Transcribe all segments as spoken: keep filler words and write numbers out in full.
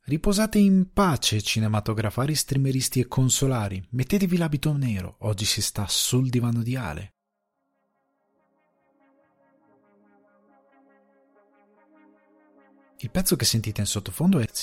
Riposate in pace, cinematografari, streameristi e consolari. Mettetevi l'abito nero, oggi si sta sul divano di Ale. Il pezzo che sentite in sottofondo è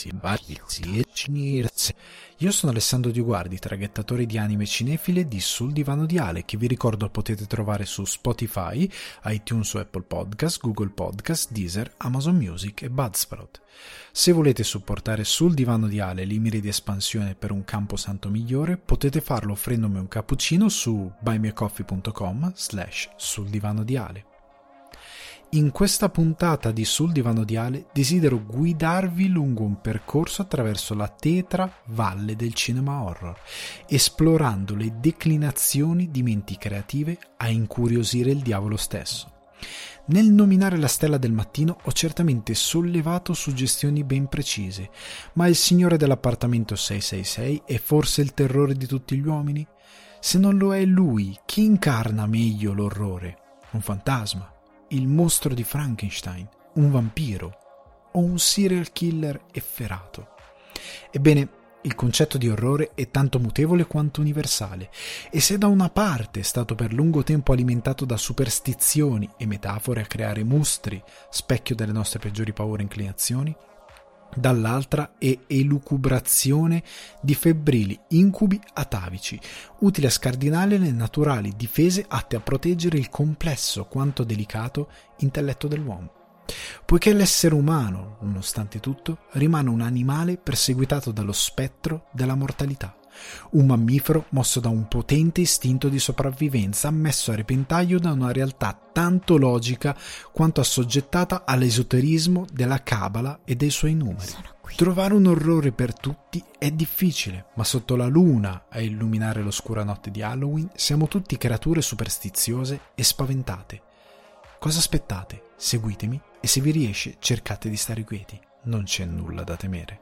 Io sono Alessandro Dioguardi, traghettatore di anime cinefile di Sul Divano di Ale, che vi ricordo potete trovare su Spotify, iTunes o Apple Podcast, Google Podcast, Deezer, Amazon Music e Buzzsprout. Se volete supportare Sul Divano di Ale l'Imiri di espansione per un camposanto migliore, potete farlo offrendomi un cappuccino su buymeacoffee.com slash sul divano di Ale. In questa puntata di Sul Divano di Ale desidero guidarvi lungo un percorso attraverso la tetra valle del cinema horror, esplorando le declinazioni di menti creative a incuriosire il diavolo stesso. Nel nominare la stella del mattino ho certamente sollevato suggestioni ben precise, ma il signore dell'appartamento sei sei sei è forse il terrore di tutti gli uomini? Se non lo è lui, chi incarna meglio l'orrore? Un fantasma? Il mostro di Frankenstein, un vampiro o un serial killer efferato? Ebbene, il concetto di orrore è tanto mutevole quanto universale, e se da una parte è stato per lungo tempo alimentato da superstizioni e metafore a creare mostri, specchio delle nostre peggiori paure e inclinazioni, dall'altra è elucubrazione di febbrili incubi atavici, utili a scardinare le naturali difese atte a proteggere il complesso quanto delicato intelletto dell'uomo. Poiché l'essere umano, nonostante tutto, rimane un animale perseguitato dallo spettro della mortalità, un mammifero mosso da un potente istinto di sopravvivenza, messo a repentaglio da una realtà tanto logica quanto assoggettata all'esoterismo della Cabala e dei suoi numeri. Trovare un orrore per tutti è difficile, ma sotto la luna a illuminare l'oscura notte di Halloween siamo tutti creature superstiziose e spaventate. Cosa aspettate? Seguitemi e se vi riesce cercate di stare quieti, non c'è nulla da temere.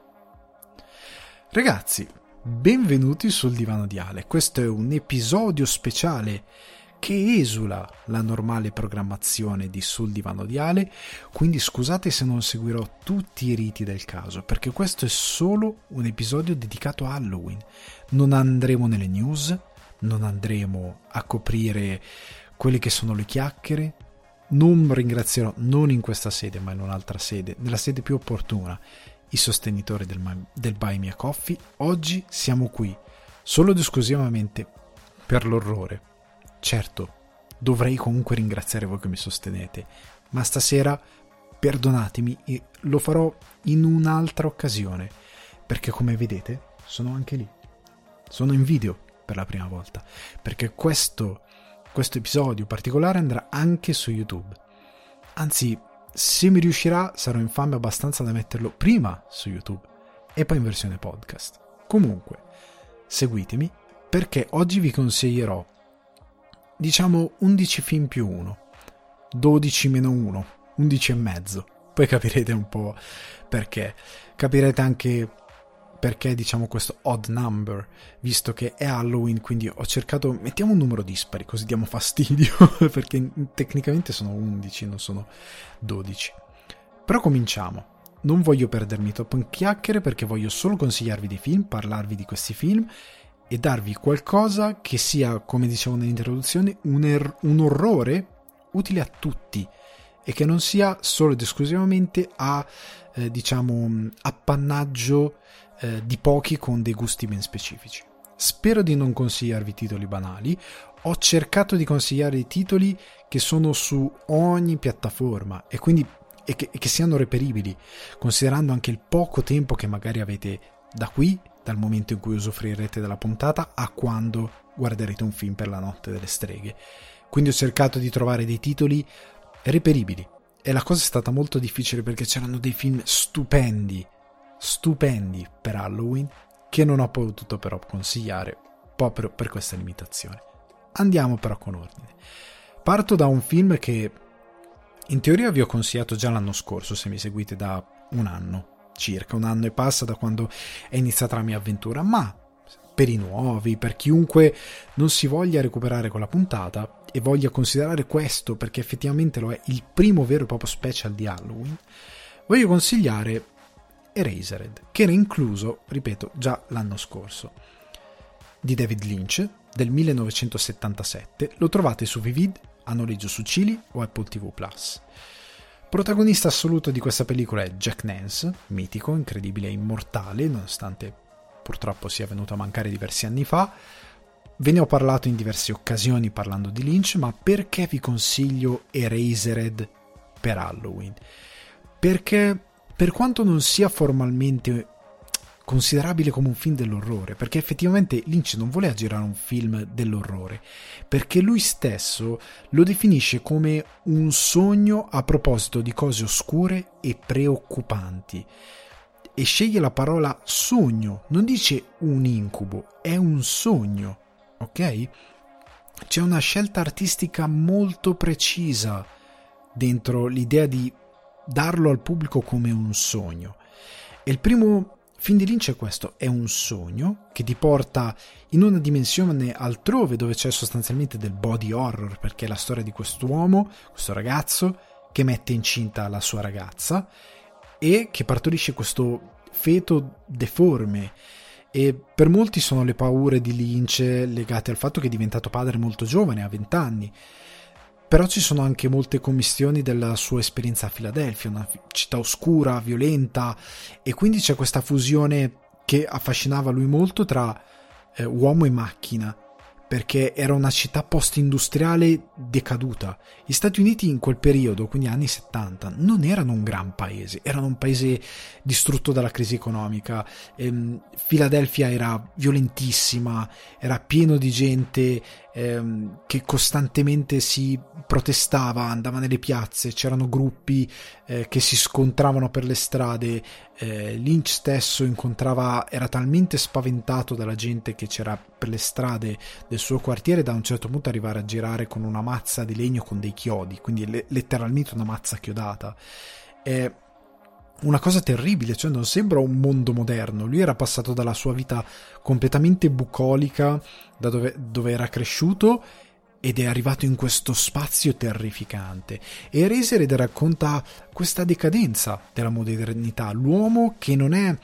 Ragazzi, benvenuti sul Divano di Ale. Questo è un episodio speciale che esula la normale programmazione di Sul Divano di Ale, quindi scusate se non seguirò tutti i riti del caso, perché questo è solo un episodio dedicato a Halloween. Non andremo nelle news, non andremo a coprire quelle che sono le chiacchiere, non ringrazierò, non in questa sede ma in un'altra sede, nella sede più opportuna, i sostenitori del, del Buy Me a Coffee. Oggi siamo qui solo ed esclusivamente per l'orrore. Certo, dovrei comunque ringraziare voi che mi sostenete, ma stasera perdonatemi e lo farò in un'altra occasione, perché come vedete sono anche lì, sono in video per la prima volta, perché questo, questo episodio particolare andrà anche su YouTube. Anzi, se mi riuscirà sarò infame abbastanza da metterlo prima su YouTube e poi in versione podcast. Comunque, seguitemi perché oggi vi consiglierò, diciamo, undici film più uno, dodici meno uno, undici e mezzo. Poi capirete un po' perché. Capirete anche perché, diciamo, questo odd number, visto che è Halloween, quindi ho cercato, mettiamo un numero dispari così diamo fastidio, perché tecnicamente sono undici, non sono dodici. Però cominciamo. Non voglio perdermi troppo in chiacchiere perché voglio solo consigliarvi dei film, parlarvi di questi film e darvi qualcosa che sia, come dicevo nell'introduzione, un, er- un orrore utile a tutti e che non sia solo ed esclusivamente a, eh, diciamo, appannaggio eh, di pochi con dei gusti ben specifici. Spero di non consigliarvi titoli banali. Ho cercato di consigliare i titoli che sono su ogni piattaforma e quindi e che, e che siano reperibili, considerando anche il poco tempo che magari avete da qui, dal momento in cui usufruirete della puntata, a quando guarderete un film per la notte delle streghe. Quindi ho cercato di trovare dei titoli reperibili e la cosa è stata molto difficile perché c'erano dei film stupendi, stupendi per Halloween che non ho potuto però consigliare proprio per questa limitazione. Andiamo però con ordine. Parto da un film che in teoria vi ho consigliato già l'anno scorso, se mi seguite da un anno, circa un anno e passa da quando è iniziata la mia avventura, ma per i nuovi, per chiunque non si voglia recuperare quella puntata e voglia considerare questo, perché effettivamente lo è, il primo vero e proprio special di Halloween, voglio consigliare Eraserhead, che era incluso, ripeto, già l'anno scorso, di David Lynch del millenovecentosettantasette. Lo trovate su Vivid, a noleggio su Cili o Apple ti vu Plus. Protagonista assoluto di questa pellicola è Jack Nance, mitico, incredibile e immortale, nonostante purtroppo sia venuto a mancare diversi anni fa. Ve ne ho parlato in diverse occasioni parlando di Lynch, ma perché vi consiglio Eraserhead per Halloween? Perché per quanto non sia formalmente considerabile come un film dell'orrore, perché effettivamente Lynch non voleva girare un film dell'orrore, perché lui stesso lo definisce come un sogno a proposito di cose oscure e preoccupanti, e sceglie la parola sogno, non dice un incubo, è un sogno, ok? C'è una scelta artistica molto precisa dentro l'idea di darlo al pubblico come un sogno, e il primo film di Lynch è questo, è un sogno che ti porta in una dimensione altrove dove c'è sostanzialmente del body horror, perché è la storia di quest'uomo, questo ragazzo che mette incinta la sua ragazza e che partorisce questo feto deforme, e per molti sono le paure di Lynch legate al fatto che è diventato padre molto giovane, a venti anni. Però ci sono anche molte commistioni della sua esperienza a Filadelfia, una città oscura, violenta, e quindi c'è questa fusione che affascinava lui molto tra eh, uomo e macchina, perché era una città post-industriale decaduta. Gli Stati Uniti in quel periodo, quindi anni settanta, non erano un gran paese, erano un paese distrutto dalla crisi economica. Ehm, Filadelfia era violentissima, era pieno di gente ehm, che costantemente si protestava, andava nelle piazze, c'erano gruppi eh, che si scontravano per le strade. eh, Lynch stesso incontrava, era talmente spaventato dalla gente che c'era per le strade del suo quartiere da un certo punto arrivare a girare con una mazza di legno con dei chiodi, quindi le, letteralmente una mazza chiodata. È una cosa terribile, cioè non sembra un mondo moderno. Lui era passato dalla sua vita completamente bucolica, da dove, dove era cresciuto, ed è arrivato in questo spazio terrificante. E Eraserhead racconta questa decadenza della modernità, l'uomo che non è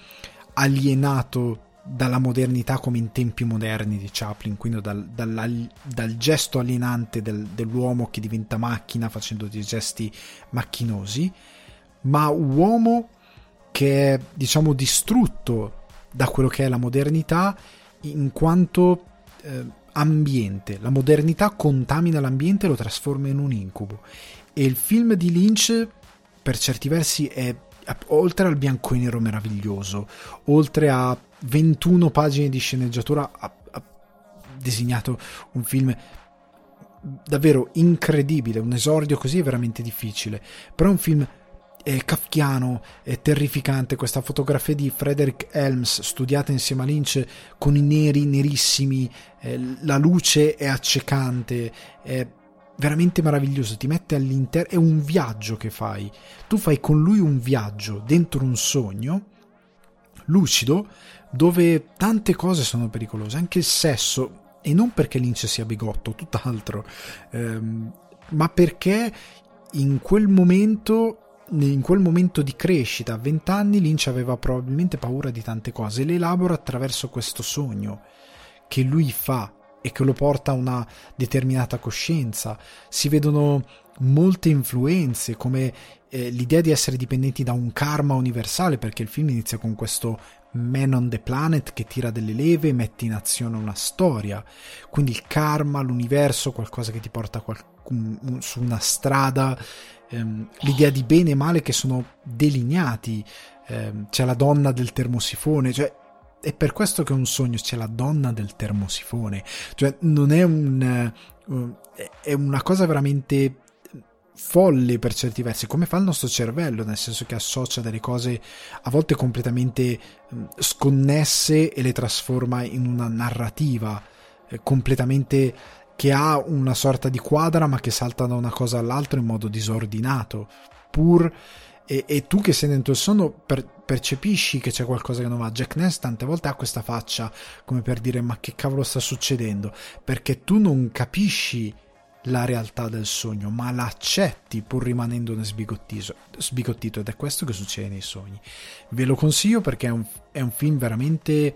alienato dalla modernità come in tempi moderni di Chaplin, quindi dal, dal, dal gesto alienante del, dell'uomo che diventa macchina facendo dei gesti macchinosi, ma uomo che è, diciamo, distrutto da quello che è la modernità in quanto eh, ambiente. La modernità contamina l'ambiente e lo trasforma in un incubo, e il film di Lynch per certi versi è, oltre al bianco e nero meraviglioso, oltre a ventuno pagine di sceneggiatura, ha, ha disegnato un film davvero incredibile. Un esordio così è veramente difficile, però è un film è kafkiano, è terrificante. Questa fotografia di Frederick Helms studiata insieme a Lynch con i neri nerissimi, eh, la luce è accecante, è veramente meraviglioso, ti mette all'interno, è un viaggio che fai, tu fai con lui un viaggio dentro un sogno lucido dove tante cose sono pericolose, anche il sesso, e non perché Lynch sia bigotto, tutt'altro, ehm, ma perché in quel momento in quel momento di crescita, a venti anni, Lynch aveva probabilmente paura di tante cose, e le elabora attraverso questo sogno che lui fa e che lo porta a una determinata coscienza. Si vedono molte influenze, come eh, l'idea di essere dipendenti da un karma universale, perché il film inizia con questo Man on the Planet che tira delle leve e mette in azione una storia, quindi il karma, l'universo, qualcosa che ti porta qual- su una strada, ehm, l'idea di bene e male che sono delineati, ehm, c'è la donna del termosifone, cioè è per questo che è un sogno, c'è la donna del termosifone, cioè non è un uh, è una cosa veramente folle per certi versi, come fa il nostro cervello, nel senso che associa delle cose a volte completamente um, sconnesse e le trasforma in una narrativa eh, completamente, che ha una sorta di quadra ma che salta da una cosa all'altra in modo disordinato, pur e, e tu che sei dentro il sonno per, percepisci che c'è qualcosa che non va. Jack Nance tante volte ha questa faccia come per dire: ma che cavolo sta succedendo? Perché tu non capisci la realtà del sogno, ma l'accetti pur rimanendone sbigottito, sbigottito, ed è questo che succede nei sogni. Ve lo consiglio perché è un, è un film veramente,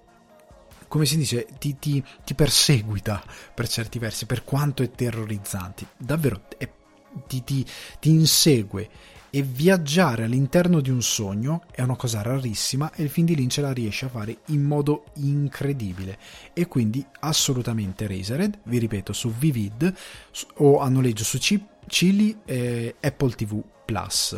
come si dice, ti, ti, ti perseguita per certi versi, per quanto è terrorizzante, davvero è, ti, ti, ti insegue. E viaggiare all'interno di un sogno è una cosa rarissima e il film di Lynch la riesce a fare in modo incredibile. E quindi assolutamente Eraserhead, vi ripeto, su Vivid o a noleggio su Cili e Apple tivù Plus.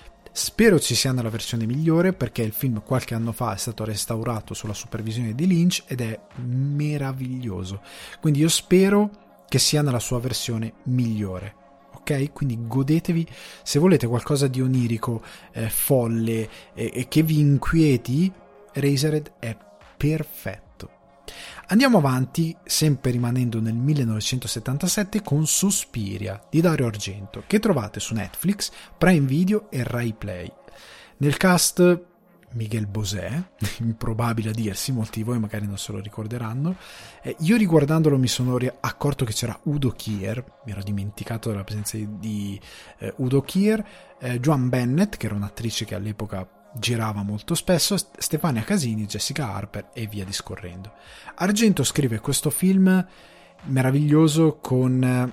Spero ci sia nella versione migliore, perché il film qualche anno fa è stato restaurato sulla supervisione di Lynch ed è meraviglioso, quindi io spero che sia nella sua versione migliore. Ok, quindi godetevi. Se volete qualcosa di onirico, eh, folle e eh, che vi inquieti, Eraserhead è perfetto. Andiamo avanti, sempre rimanendo nel millenovecentosettantasette, con Suspiria di Dario Argento, che trovate su Netflix, Prime Video e Rai Play. Nel cast Miguel Bosé, improbabile a dirsi, molti di voi magari non se lo ricorderanno. Eh, io riguardandolo mi sono accorto che c'era Udo Kier, mi ero dimenticato della presenza di, di eh, Udo Kier, eh, Joan Bennett, che era un'attrice che all'epoca girava molto spesso, Stefania Casini, Jessica Harper e via discorrendo. Argento scrive questo film meraviglioso con eh,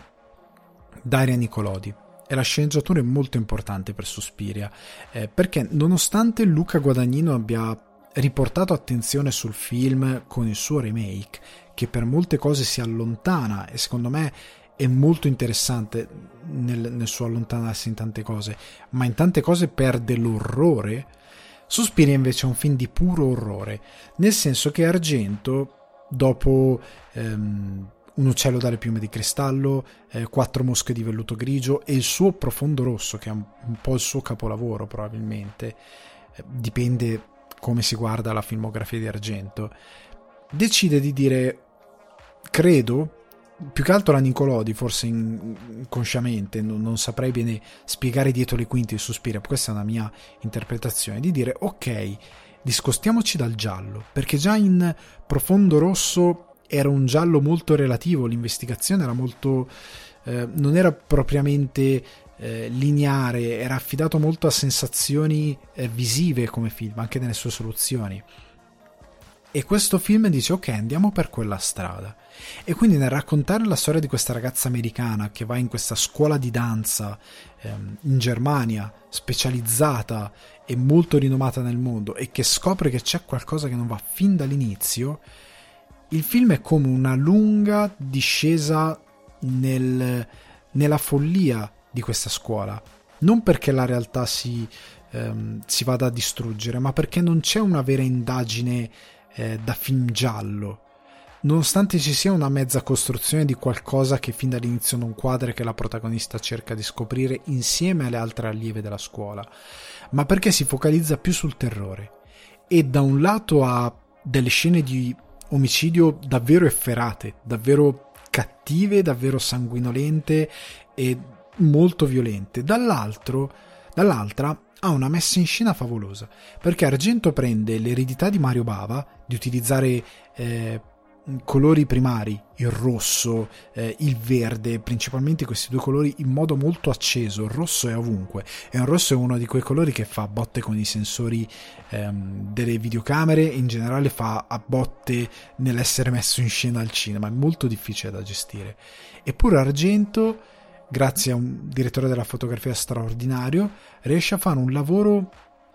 Daria Nicolodi. E la sceneggiatura è molto importante per Suspiria, eh, perché nonostante Luca Guadagnino abbia riportato attenzione sul film con il suo remake, che per molte cose si allontana e secondo me è molto interessante nel, nel suo allontanarsi in tante cose, ma in tante cose perde l'orrore, Suspiria invece è un film di puro orrore, nel senso che Argento, dopo ehm, Un uccello dalle piume di cristallo, eh, Quattro mosche di velluto grigio e il suo Profondo rosso, che è un, un po' il suo capolavoro probabilmente, eh, dipende come si guarda la filmografia di Argento, decide di dire, credo, più che altro la Nicolodi, forse inconsciamente, non, non saprei bene spiegare dietro le quinte di Suspiria, questa è una mia interpretazione, di dire ok, discostiamoci dal giallo, perché già in Profondo rosso era un giallo molto relativo, l'investigazione era molto eh, non era propriamente eh, lineare, era affidato molto a sensazioni eh, visive come film, anche nelle sue soluzioni. E questo film dice ok, andiamo per quella strada. E quindi nel raccontare la storia di questa ragazza americana che va in questa scuola di danza ehm, in Germania, specializzata e molto rinomata nel mondo, e che scopre che c'è qualcosa che non va fin dall'inizio, il film è come una lunga discesa nel, nella follia di questa scuola, non perché la realtà si, ehm, si vada a distruggere, ma perché non c'è una vera indagine eh, da film giallo, nonostante ci sia una mezza costruzione di qualcosa che fin dall'inizio non quadra e che la protagonista cerca di scoprire insieme alle altre allieve della scuola, ma perché si focalizza più sul terrore e da un lato ha delle scene di omicidio davvero efferate, davvero cattive, davvero sanguinolente e molto violente, dall'altro dall'altra ha una messa in scena favolosa, perché Argento prende l'eredità di Mario Bava di utilizzare eh, colori primari, il rosso, eh, il verde, principalmente questi due colori in modo molto acceso. Il rosso è ovunque e un rosso è uno di quei colori che fa a botte con i sensori ehm, delle videocamere e in generale fa a botte nell'essere messo in scena al cinema, è molto difficile da gestire. Eppure Argento, grazie a un direttore della fotografia straordinario, riesce a fare un lavoro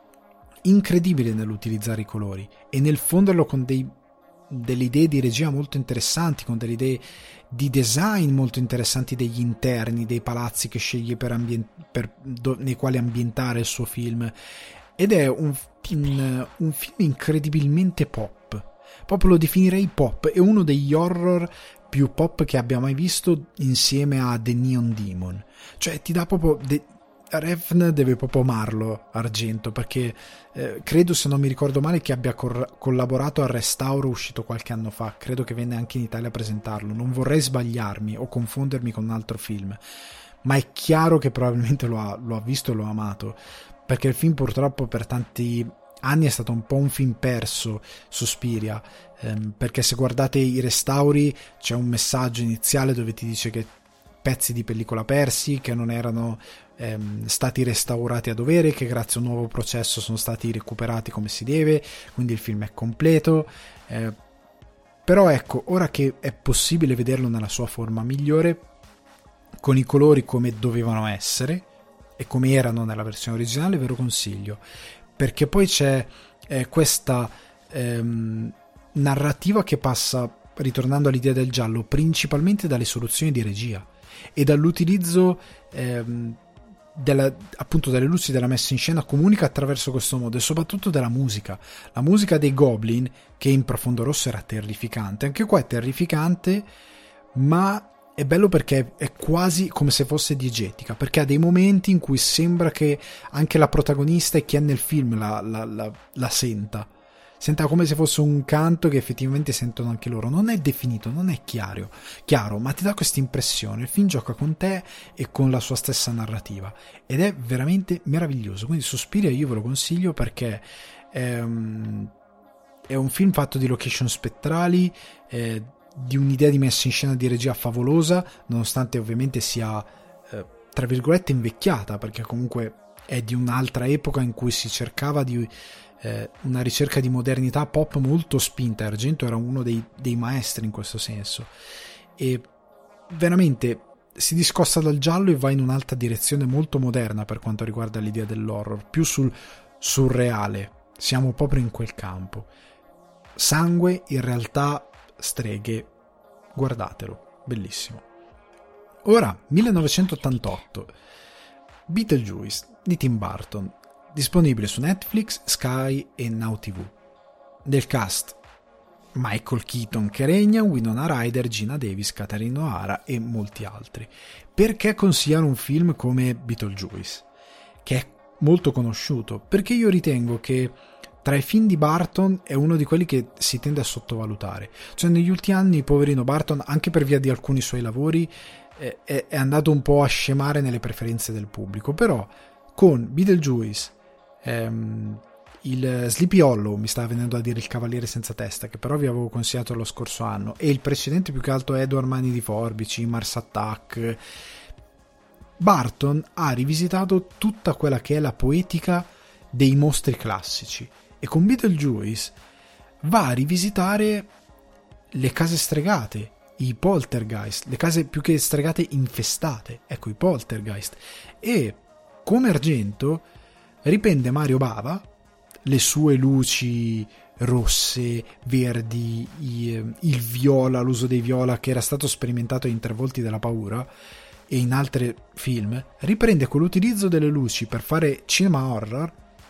incredibile nell'utilizzare i colori e nel fonderlo con dei delle idee di regia molto interessanti, con delle idee di design molto interessanti degli interni dei palazzi che sceglie per ambient- per do- nei quali ambientare il suo film, ed è un, un, un film incredibilmente pop, proprio lo definirei pop, è uno degli horror più pop che abbia mai visto, insieme a The Neon Demon, cioè ti dà proprio de- Refn deve proprio amarlo Argento, perché eh, credo, se non mi ricordo male, che abbia cor- collaborato al restauro uscito qualche anno fa, credo che venne anche in Italia a presentarlo, non vorrei sbagliarmi o confondermi con un altro film, ma è chiaro che probabilmente lo ha, lo ha visto e lo ha amato, perché il film purtroppo per tanti anni è stato un po' un film perso, Suspiria, ehm, perché se guardate i restauri c'è un messaggio iniziale dove ti dice che pezzi di pellicola persi che non erano ehm, stati restaurati a dovere, che grazie a un nuovo processo sono stati recuperati come si deve, quindi il film è completo. Eh, però ecco, ora che è possibile vederlo nella sua forma migliore, con i colori come dovevano essere e come erano nella versione originale, ve lo consiglio, perché poi c'è eh, questa ehm, narrativa che passa, ritornando all'idea del giallo, principalmente dalle soluzioni di regia e dall'utilizzo ehm, della, appunto delle luci, della messa in scena comunica attraverso questo modo, e soprattutto della musica. La musica dei Goblin, che in Profondo Rosso era terrificante, anche qua è terrificante, ma è bello perché è quasi come se fosse diegetica, perché ha dei momenti in cui sembra che anche la protagonista e chi è nel film la, la, la, la senta senta come se fosse un canto che effettivamente sentono anche loro. Non è definito, non è chiaro, chiaro, ma ti dà questa impressione. Il film gioca con te e con la sua stessa narrativa ed è veramente meraviglioso. Quindi Suspiria io ve lo consiglio perché è, um, è un film fatto di location spettrali, eh, di un'idea di messa in scena di regia favolosa, nonostante ovviamente sia eh, tra virgolette invecchiata, perché comunque è di un'altra epoca in cui si cercava di eh, una ricerca di modernità pop molto spinta. Argento era uno dei, dei maestri in questo senso, e veramente si discosta dal giallo e va in un'altra direzione molto moderna per quanto riguarda l'idea dell'horror, più sul surreale. Siamo proprio in quel campo. Sangue, in realtà streghe, guardatelo, bellissimo. Ora, millenovecentottantotto, Beetlejuice di Tim Burton, disponibile su Netflix, Sky e Now tivù. Del cast: Michael Keaton che regna, Winona Ryder, Gina Davis, Katharine O'Hara e molti altri. Perché consigliare un film come Beetlejuice, che è molto conosciuto? Perché io ritengo che tra i film di Burton è uno di quelli che si tende a sottovalutare. Cioè negli ultimi anni poverino Burton, anche per via di alcuni suoi lavori, è, è andato un po' a scemare nelle preferenze del pubblico. Però con Beetlejuice, ehm, il Sleepy Hollow, mi stava venendo a dire il Cavaliere senza testa, che però vi avevo consigliato lo scorso anno, e il precedente più che altro Edward Mani di Forbici, Mars Attack, Burton ha rivisitato tutta quella che è la poetica dei mostri classici, e con Beetlejuice va a rivisitare le case stregate, i poltergeist, le case più che stregate infestate, ecco, i poltergeist. E come Argento riprende Mario Bava, le sue luci rosse, verdi, il viola, l'uso dei viola che era stato sperimentato in Tre volti della paura e in altri film, riprende quell'utilizzo delle luci per fare cinema horror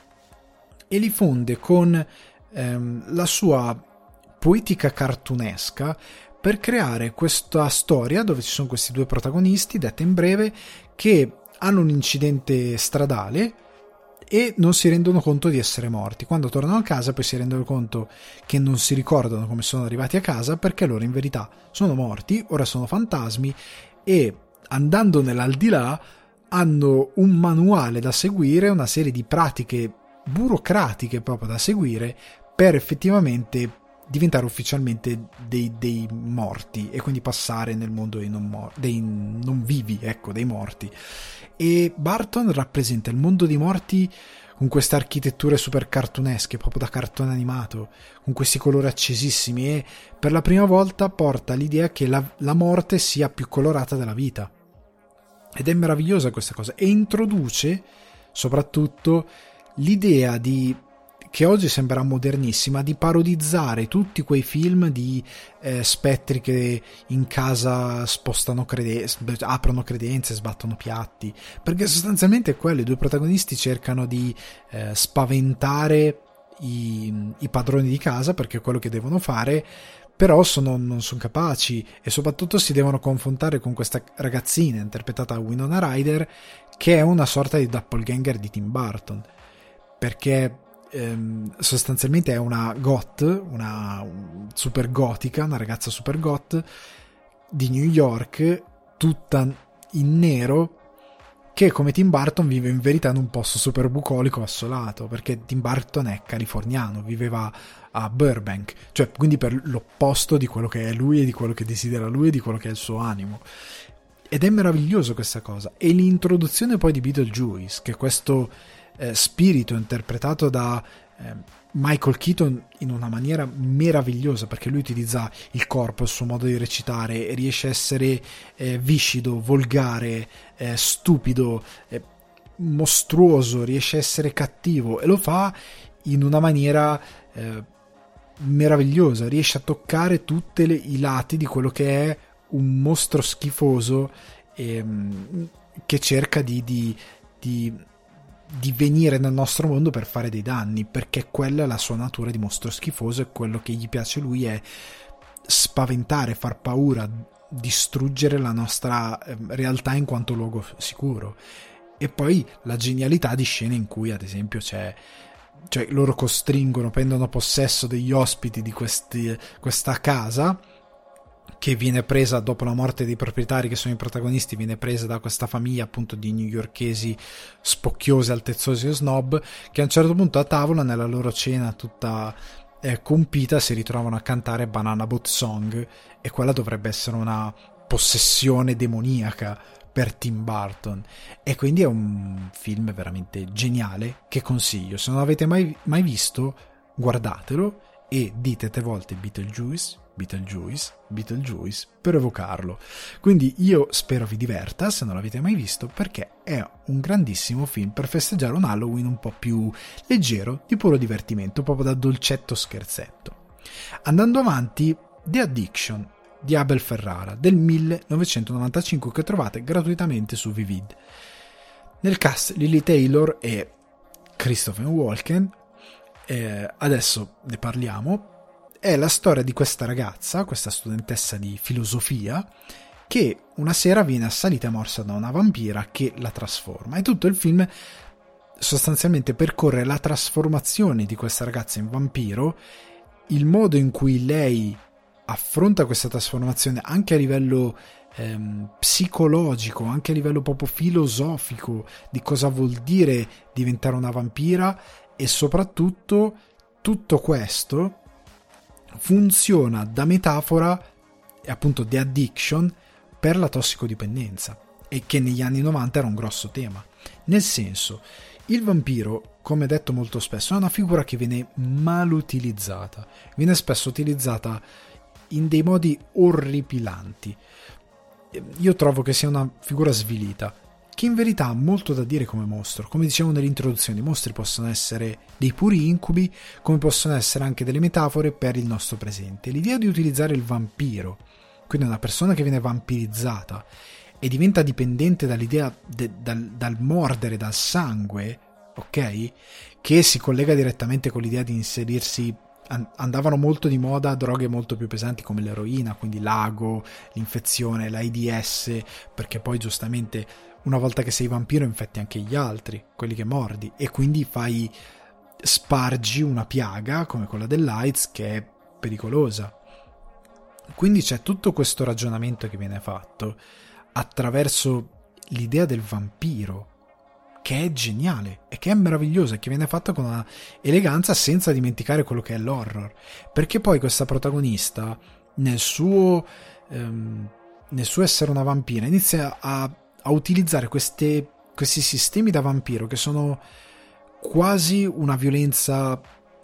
e li fonde con ehm, la sua poetica cartunesca per creare questa storia dove ci sono questi due protagonisti, detta in breve, che hanno un incidente stradale e non si rendono conto di essere morti. Quando tornano a casa poi si rendono conto che non si ricordano come sono arrivati a casa, perché loro in verità sono morti, ora sono fantasmi, e andando nell'aldilà hanno un manuale da seguire, una serie di pratiche burocratiche proprio da seguire per effettivamente diventare ufficialmente dei, dei morti e quindi passare nel mondo dei non, mor- dei non vivi, ecco, dei morti. E Burton rappresenta il mondo dei morti con queste architetture super cartunesche, proprio da cartone animato, con questi colori accesissimi, e per la prima volta porta l'idea che la, la morte sia più colorata della vita. Ed è meravigliosa questa cosa, e introduce soprattutto l'idea di, che oggi sembra modernissima, di parodizzare tutti quei film di eh, spettri che in casa spostano credenze, aprono credenze, sbattono piatti, perché sostanzialmente è quello. I due protagonisti cercano di eh, spaventare i, i padroni di casa, perché è quello che devono fare, però sono, non sono capaci, e soprattutto si devono confrontare con questa ragazzina interpretata da Winona Ryder, che è una sorta di doppelganger di Tim Burton, perché ehm, sostanzialmente è una goth, una super gotica, una ragazza super goth di New York, tutta in nero, che come Tim Burton vive in verità in un posto super bucolico, assolato, perché Tim Burton è californiano, viveva a Burbank, cioè quindi per l'opposto di quello che è lui e di quello che desidera lui e di quello che è il suo animo. ed è meraviglioso questa cosa. E l'introduzione poi di Beetlejuice, che è questo eh, spirito interpretato da eh, Michael Keaton in una maniera meravigliosa, perché lui utilizza il corpo, il suo modo di recitare, e riesce a essere eh, viscido, volgare, eh, stupido, eh, mostruoso, riesce a essere cattivo, e lo fa in una maniera eh, meravigliosa, riesce a toccare tutti i lati di quello che è un mostro schifoso ehm, che cerca di, di, di, di venire nel nostro mondo per fare dei danni, perché quella è la sua natura di mostro schifoso, e quello che gli piace a lui è spaventare, far paura, distruggere la nostra eh, realtà in quanto luogo sicuro. E poi la genialità di scene in cui ad esempio c'è, cioè loro costringono, prendono possesso degli ospiti di questi, questa casa che viene presa dopo la morte dei proprietari, che sono i protagonisti, viene presa da questa famiglia appunto di newyorkesi spocchiosi, altezzosi e snob, che a un certo punto a tavola nella loro cena tutta eh, compita si ritrovano a cantare Banana Boat Song, e quella dovrebbe essere una possessione demoniaca per Tim Burton, e quindi è un film veramente geniale che consiglio. Se non l'avete mai, mai visto, guardatelo e dite tre volte Beetlejuice, Beetlejuice, Beetlejuice per evocarlo. Quindi io spero vi diverta se non l'avete mai visto, perché è un grandissimo film per festeggiare un Halloween un po' più leggero, di puro divertimento, proprio da dolcetto scherzetto. Andando avanti, The Addiction di Abel Ferrara del millenovecentonovantacinque, che trovate gratuitamente su Vivid. Nel cast Lily Taylor e Christopher Walken. Eh, adesso ne parliamo. È la storia di questa ragazza, questa studentessa di filosofia, che una sera viene assalita e morsa da una vampira che la trasforma, e tutto il film sostanzialmente percorre la trasformazione di questa ragazza in vampiro, il modo in cui lei affronta questa trasformazione anche a livello ehm, psicologico, anche a livello proprio filosofico, di cosa vuol dire diventare una vampira, e soprattutto tutto questo funziona da metafora, appunto, di addiction per la tossicodipendenza, e che negli anni novanta era un grosso tema. Nel senso, il vampiro, come detto molto spesso, è una figura che viene mal utilizzata, viene spesso utilizzata in dei modi orripilanti. Io trovo che sia una figura svilita, che in verità ha molto da dire come mostro. Come dicevo nell'introduzione, i mostri possono essere dei puri incubi, come possono essere anche delle metafore per il nostro presente. L'idea di utilizzare il vampiro, quindi una persona che viene vampirizzata e diventa dipendente dall'idea de, dal, dal mordere, dal sangue, ok? Che si collega direttamente con l'idea di inserirsi. Andavano molto di moda droghe molto più pesanti come l'eroina, quindi l'ago, l'infezione, l'AIDS, perché poi giustamente una volta che sei vampiro infetti anche gli altri, quelli che mordi, e quindi fai spargi una piaga come quella dell'AIDS, che è pericolosa. Quindi c'è tutto questo ragionamento che viene fatto attraverso l'idea del vampiro, che è geniale e che è meravigliosa, e che viene fatta con una eleganza, senza dimenticare quello che è l'horror, perché poi questa protagonista nel suo ehm, nel suo essere una vampira inizia a, a utilizzare queste, questi sistemi da vampiro che sono quasi una violenza,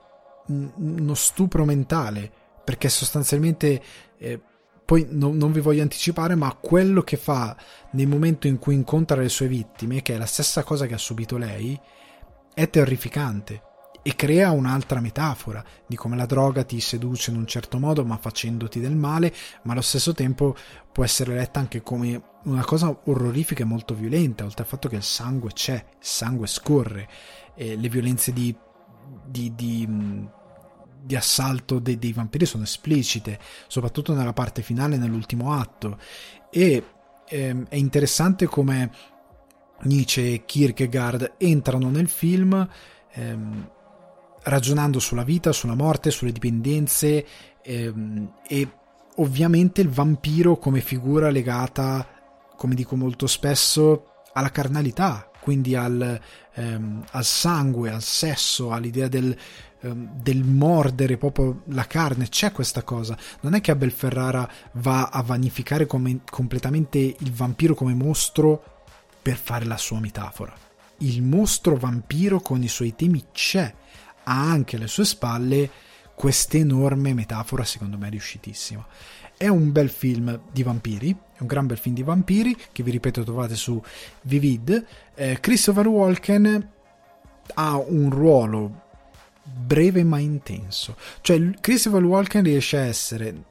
uno stupro mentale, perché sostanzialmente eh, poi no, non vi voglio anticipare, ma quello che fa nel momento in cui incontra le sue vittime, che è la stessa cosa che ha subito lei, è terrificante, e crea un'altra metafora di come la droga ti seduce in un certo modo ma facendoti del male, ma allo stesso tempo può essere letta anche come una cosa orrorifica e molto violenta, oltre al fatto che il sangue c'è, il sangue scorre, e le violenze di, di, di di assalto dei, dei vampiri sono esplicite, soprattutto nella parte finale, nell'ultimo atto. E ehm, è interessante come Nietzsche e Kierkegaard entrano nel film ehm, ragionando sulla vita, sulla morte, sulle dipendenze, ehm, e ovviamente il vampiro come figura legata, come dico molto spesso, alla carnalità, quindi al, ehm, al sangue, al sesso, all'idea del ehm, del mordere proprio la carne, c'è questa cosa. Non è che Abel Ferrara va a vanificare come, completamente il vampiro come mostro per fare la sua metafora. Il mostro vampiro con i suoi temi c'è, ha anche alle sue spalle questa enorme metafora, secondo me riuscitissima. È un bel film di vampiri, è un gran bel film di vampiri che, vi ripeto, trovate su Vivid. eh, Christopher Walken ha un ruolo breve ma intenso, cioè Christopher Walken riesce a essere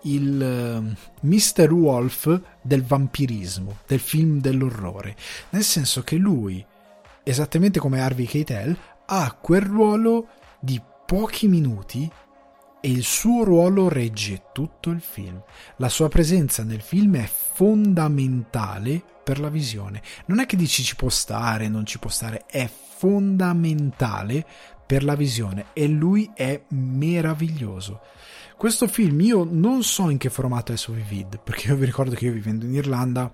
il uh, mister Wolf del vampirismo, del film dell'orrore, nel senso che lui, esattamente come Harvey Keitel, ha quel ruolo di pochi minuti e il suo ruolo regge tutto il film. La sua presenza nel film è fondamentale per la visione. Non è che dici ci può stare, non ci può stare, è fondamentale per la visione e lui è meraviglioso. Questo film io non so in che formato è su Vivid, perché io vi ricordo che io, vivendo in Irlanda,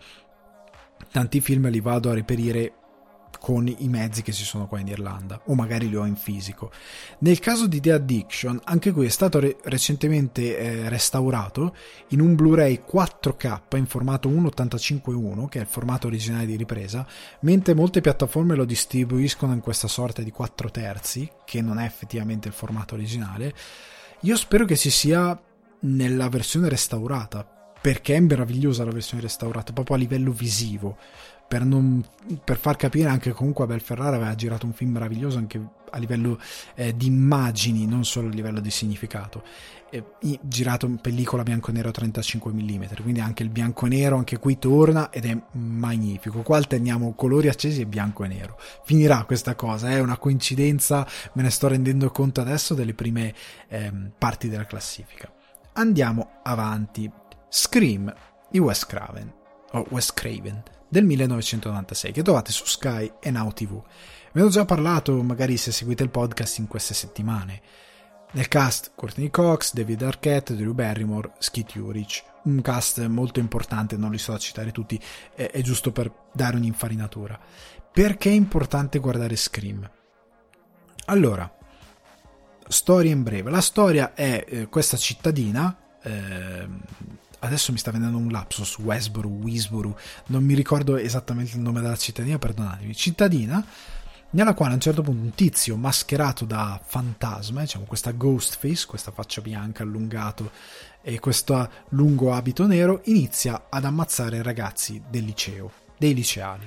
tanti film li vado a reperire con i mezzi che ci sono qua in Irlanda, o magari li ho in fisico. Nel caso di The Addiction, anche qui è stato re- recentemente eh, restaurato in un Blu-ray quattro K in formato uno virgola ottantacinque uno, che è il formato originale di ripresa, mentre molte piattaforme lo distribuiscono in questa sorta di quattro terzi, che non è effettivamente il formato originale. Io spero che ci sia nella versione restaurata, perché è meravigliosa la versione restaurata, proprio a livello visivo. Per, non, per far capire anche comunque Abel Ferrara aveva girato un film meraviglioso anche a livello eh, di immagini, non solo a livello di significato. Eh, girato in pellicola bianco e nero trentacinque millimetri, quindi anche il bianco e nero anche qui torna ed è magnifico. Qua alterniamo colori accesi e bianco e nero. Finirà questa cosa, è una coincidenza, me ne sto rendendo conto adesso, delle prime eh, parti della classifica. Andiamo avanti. Scream di Wes Craven o Wes Craven del millenovecentonovantasei, che trovate su Sky e Now ti vu. Ve ne ho già parlato, magari se seguite il podcast, in queste settimane. Nel cast Courtney Cox, David Arquette, Drew Barrymore, Skeet Ulrich, un cast molto importante, non li sto a citare tutti, è, è giusto per dare un'infarinatura. Perché è importante guardare Scream? Allora, storia in breve. La storia è eh, questa cittadina, eh, adesso mi sta venendo un lapsus, Westboro, Wisboro, non mi ricordo esattamente il nome della cittadina, perdonatemi, cittadina nella quale a un certo punto un tizio mascherato da fantasma, diciamo questa ghost face, questa faccia bianca allungato e questo lungo abito nero, inizia ad ammazzare ragazzi del liceo, dei liceali.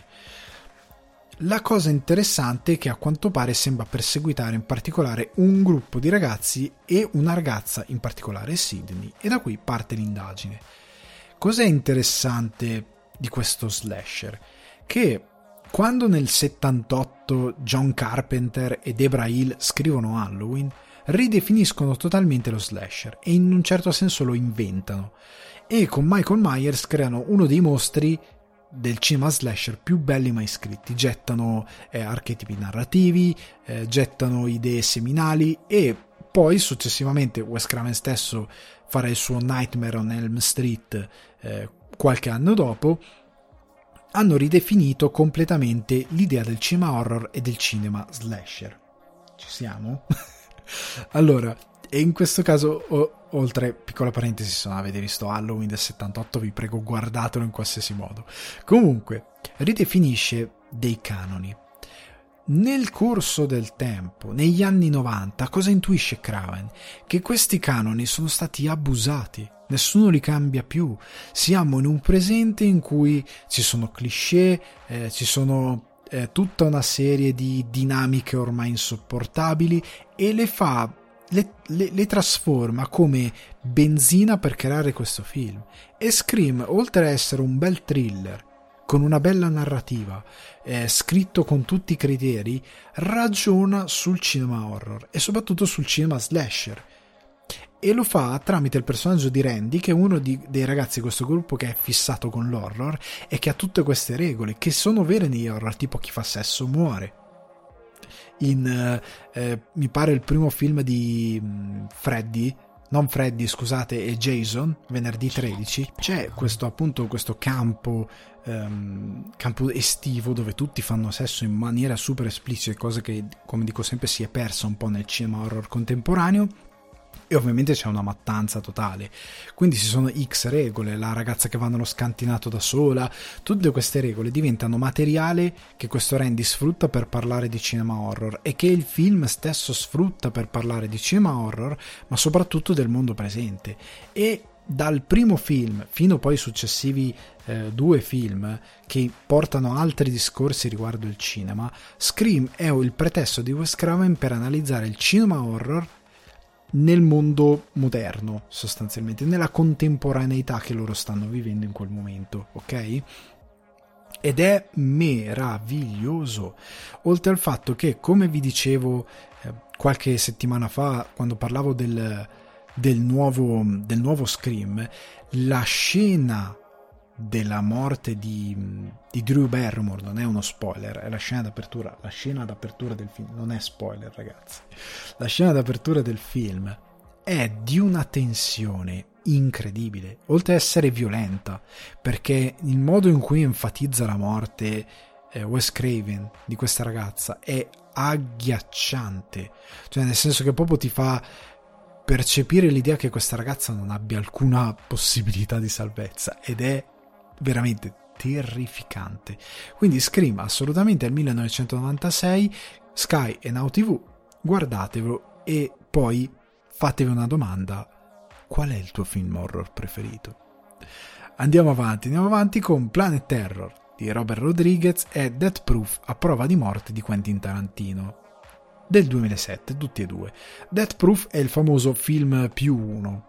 La cosa interessante è che a quanto pare sembra perseguitare in particolare un gruppo di ragazzi e una ragazza in particolare, Sydney, e da qui parte l'indagine. Cos'è interessante di questo slasher? Che quando nel settantotto John Carpenter e Debra Hill scrivono Halloween, ridefiniscono totalmente lo slasher e in un certo senso lo inventano, e con Michael Myers creano uno dei mostri del cinema slasher più belli mai scritti. Gettano eh, archetipi narrativi, eh, gettano idee seminali, e poi successivamente Wes Craven stesso farà il suo Nightmare on Elm Street eh, qualche anno dopo. Hanno ridefinito completamente l'idea del cinema horror e del cinema slasher. Ci siamo? Allora, e in questo caso, o, oltre, piccola parentesi, se non avete visto Halloween del settantotto, vi prego guardatelo in qualsiasi modo. Comunque, ridefinisce dei canoni. Nel corso del tempo, negli anni novanta, cosa intuisce Craven? Che questi canoni sono stati abusati, nessuno li cambia più. Siamo in un presente in cui ci sono cliché, eh, ci sono eh, tutta una serie di dinamiche ormai insopportabili, e le fa Le, le, le trasforma come benzina per creare questo film. E Scream, oltre a essere un bel thriller con una bella narrativa, eh, scritto con tutti i criteri, ragiona sul cinema horror e soprattutto sul cinema slasher, e lo fa tramite il personaggio di Randy, che è uno di, dei ragazzi di questo gruppo che è fissato con l'horror e che ha tutte queste regole che sono vere negli horror, tipo chi fa sesso muore. In eh, mi pare il primo film di Freddy, non Freddy, scusate, e Jason, venerdì tredici, c'è questo appunto questo campo um, campo estivo dove tutti fanno sesso in maniera super esplicita, cosa che, come dico sempre, si è persa un po' nel cinema horror contemporaneo. E ovviamente c'è una mattanza totale, quindi ci sono X regole, la ragazza che va nello scantinato da sola, tutte queste regole diventano materiale che questo Randy sfrutta per parlare di cinema horror e che il film stesso sfrutta per parlare di cinema horror, ma soprattutto del mondo presente. E dal primo film fino poi ai successivi eh, due film che portano altri discorsi riguardo il cinema, Scream è il pretesto di Wes Craven per analizzare il cinema horror nel mondo moderno, sostanzialmente nella contemporaneità che loro stanno vivendo in quel momento, ok? Ed è meraviglioso, oltre al fatto che, come vi dicevo eh, qualche settimana fa quando parlavo del, del nuovo del nuovo Scream, la scena della morte di, di Drew Barrymore non è uno spoiler, è la scena d'apertura la scena d'apertura del film, non è spoiler ragazzi, la scena d'apertura del film è di una tensione incredibile, oltre ad essere violenta, perché il modo in cui enfatizza la morte eh, Wes Craven di questa ragazza è agghiacciante, cioè nel senso che proprio ti fa percepire l'idea che questa ragazza non abbia alcuna possibilità di salvezza, ed è veramente terrificante. Quindi Scream assolutamente al millenovecentonovantasei, Sky e Now tivù, guardatevelo e poi fatevi una domanda: qual è il tuo film horror preferito? Andiamo avanti, andiamo avanti con Planet Terror di Robert Rodriguez e Death Proof a prova di morte di Quentin Tarantino del duemilasette, tutti e due. Death Proof è il famoso film più uno,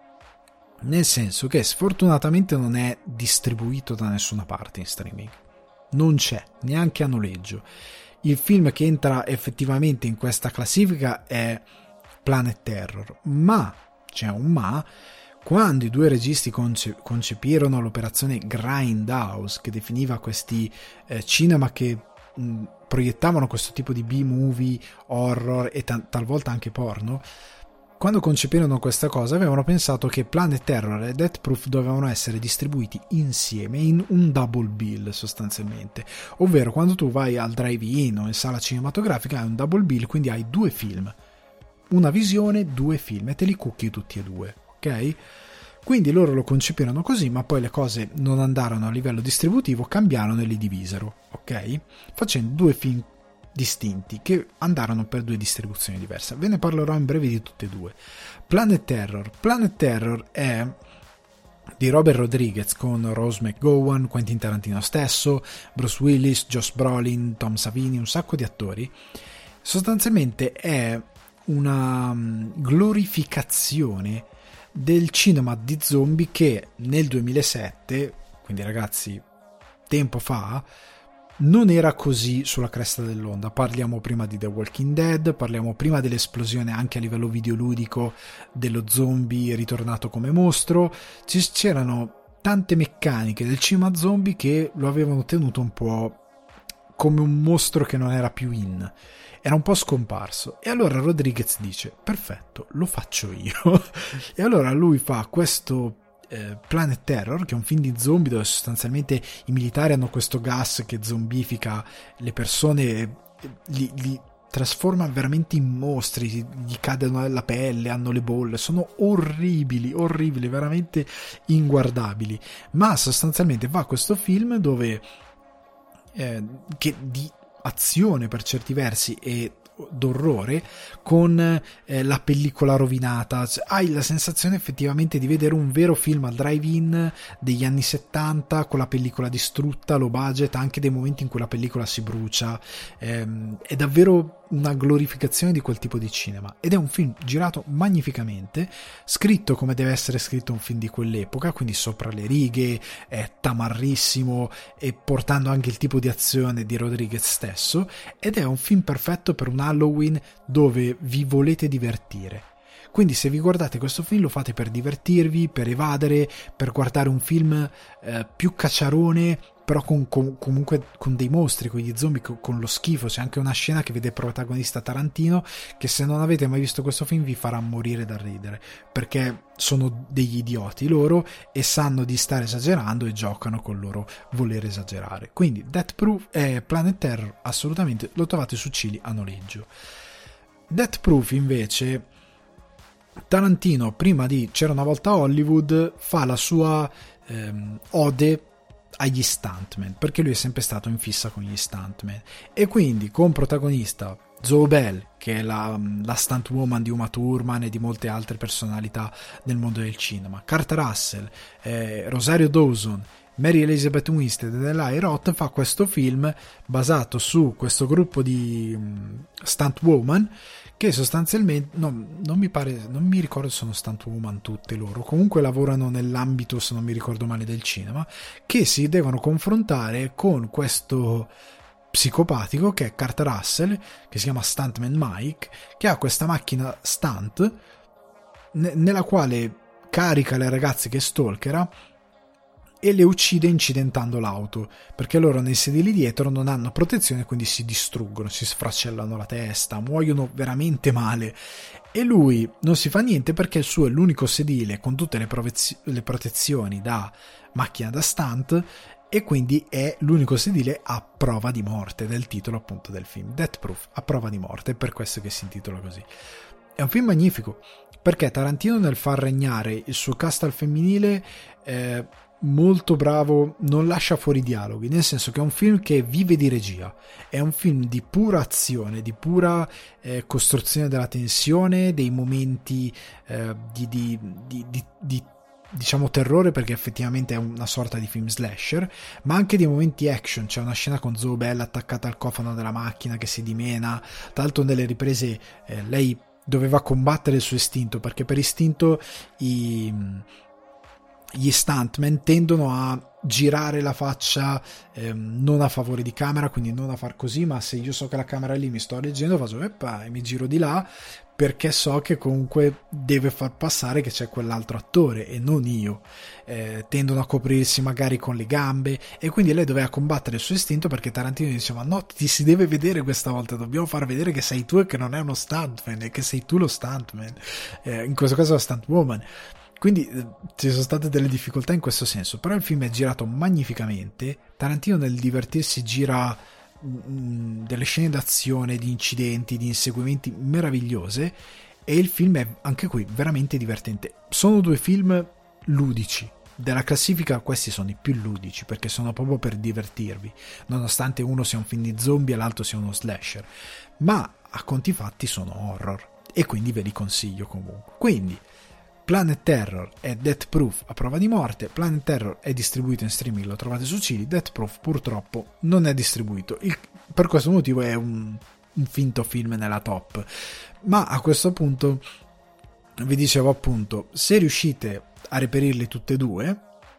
nel senso che sfortunatamente non è distribuito da nessuna parte in streaming, non c'è neanche a noleggio. Il film che entra effettivamente in questa classifica è Planet Terror, ma c'è un ma: quando i due registi conce- concepirono l'operazione Grindhouse, che definiva questi eh, cinema che mh, proiettavano questo tipo di B-movie, horror e ta- talvolta anche porno, quando concepirono questa cosa avevano pensato che Planet Terror e Death Proof dovevano essere distribuiti insieme in un double bill, sostanzialmente, ovvero quando tu vai al drive-in o in sala cinematografica hai un double bill, quindi hai due film, una visione, due film, e te li cucchi tutti e due, ok? Quindi loro lo concepirono così, ma poi le cose non andarono a livello distributivo, cambiarono e li divisero, ok? Facendo due film distinti che andarono per due distribuzioni diverse. Ve ne parlerò in breve di tutte e due. Planet Terror. Planet Terror è di Robert Rodriguez con Rose McGowan, Quentin Tarantino stesso, Bruce Willis, Josh Brolin, Tom Savini, un sacco di attori. Sostanzialmente è una glorificazione del cinema di zombie che nel duemilasette, quindi ragazzi tempo fa, non era così sulla cresta dell'onda. Parliamo prima di The Walking Dead, parliamo prima dell'esplosione anche a livello videoludico dello zombie ritornato come mostro. C'erano tante meccaniche del cinema zombie che lo avevano tenuto un po' come un mostro che non era più in, era un po' scomparso. E allora Rodriguez dice: perfetto, lo faccio io. E allora lui fa questo eh, Planet Terror, che è un film di zombie dove sostanzialmente i militari hanno questo gas che zombifica le persone, li, li trasforma veramente in mostri, gli cadono la pelle, hanno le bolle, sono orribili, orribili, veramente inguardabili. Ma sostanzialmente fa questo film dove eh, che di azione per certi versi e d'orrore, con eh, la pellicola rovinata, cioè, hai la sensazione effettivamente di vedere un vero film al drive-in degli anni settanta, con la pellicola distrutta, low budget, anche dei momenti in cui la pellicola si brucia. Ehm, è davvero una glorificazione di quel tipo di cinema, ed è un film girato magnificamente, scritto come deve essere scritto un film di quell'epoca, quindi sopra le righe, è tamarrissimo, e portando anche il tipo di azione di Rodriguez stesso, ed è un film perfetto per un Halloween dove vi volete divertire. Quindi se vi guardate questo film lo fate per divertirvi, per evadere, per guardare un film eh, più cacciarone, però con, con, comunque con dei mostri, con gli zombie, con, con lo schifo. C'è anche una scena che vede protagonista Tarantino, che se non avete mai visto questo film vi farà morire da ridere, perché sono degli idioti loro e sanno di stare esagerando e giocano col loro voler esagerare. Quindi Death Proof e eh, Planet Terror assolutamente lo trovate su Cili a noleggio. Death Proof invece, Tarantino, prima di C'era una volta Hollywood, fa la sua ehm, ode agli stuntman, perché lui è sempre stato in fissa con gli stuntman, e quindi con protagonista Zoe Bell, che è la, la stunt woman di Uma Thurman e di molte altre personalità del mondo del cinema, Kurt Russell, eh, Rosario Dawson, Mary Elizabeth Winstead ed Eli Roth, fa questo film basato su questo gruppo di um, stunt woman che sostanzialmente no, non mi pare, non mi ricordo se sono stunt woman tutte loro, comunque lavorano nell'ambito, se non mi ricordo male, del cinema, che si devono confrontare con questo psicopatico che è Kurt Russell, che si chiama Stuntman Mike, che ha questa macchina stunt ne- nella quale carica le ragazze che stalkera e le uccide incidentando l'auto, perché loro nei sedili dietro non hanno protezione, quindi si distruggono, si sfracellano la testa, muoiono veramente male, e lui non si fa niente perché il suo è l'unico sedile con tutte le, provez- le protezioni da macchina da stunt, e quindi è l'unico sedile a prova di morte, del titolo appunto del film, Death Proof, a prova di morte, è per questo che si intitola così. È un film magnifico, perché Tarantino nel far regnare il suo cast al femminile eh, molto bravo, non lascia fuori dialoghi, nel senso che è un film che vive di regia, è un film di pura azione, di pura eh, costruzione della tensione, dei momenti eh, di, di, di, di, di diciamo terrore, perché effettivamente è una sorta di film slasher, ma anche dei momenti action. C'è una scena con Zoe Bell attaccata al cofano della macchina che si dimena, tra l'altro nelle riprese eh, lei doveva combattere il suo istinto, perché per istinto i gli stuntman tendono a girare la faccia ehm, non a favore di camera, quindi non a far così, ma se io so che la camera è lì, mi sto leggendo, faccio eppa, e mi giro di là, perché so che comunque deve far passare che c'è quell'altro attore e non io. Eh, tendono a coprirsi magari con le gambe, e quindi lei doveva combattere il suo istinto, perché Tarantino diceva no, ti si deve vedere questa volta, dobbiamo far vedere che sei tu e che non è uno stuntman, e che sei tu lo stuntman, eh, in questo caso la stunt woman. Quindi eh, ci sono state delle difficoltà in questo senso, però il film è girato magnificamente. Tarantino nel divertirsi gira mh, delle scene d'azione, di incidenti, di inseguimenti meravigliose, e il film è anche qui veramente divertente. Sono due film ludici. Della classifica questi sono i più ludici, perché sono proprio per divertirvi, nonostante uno sia un film di zombie e l'altro sia uno slasher, ma a conti fatti sono horror, e quindi ve li consiglio comunque. Quindi Planet Terror è Death Proof a prova di morte. Planet Terror è distribuito in streaming, lo trovate su Cili. Death Proof purtroppo non è distribuito, il, per questo motivo è un, un finto film nella top. Ma a questo punto vi dicevo appunto, se riuscite a reperirli tutte e due,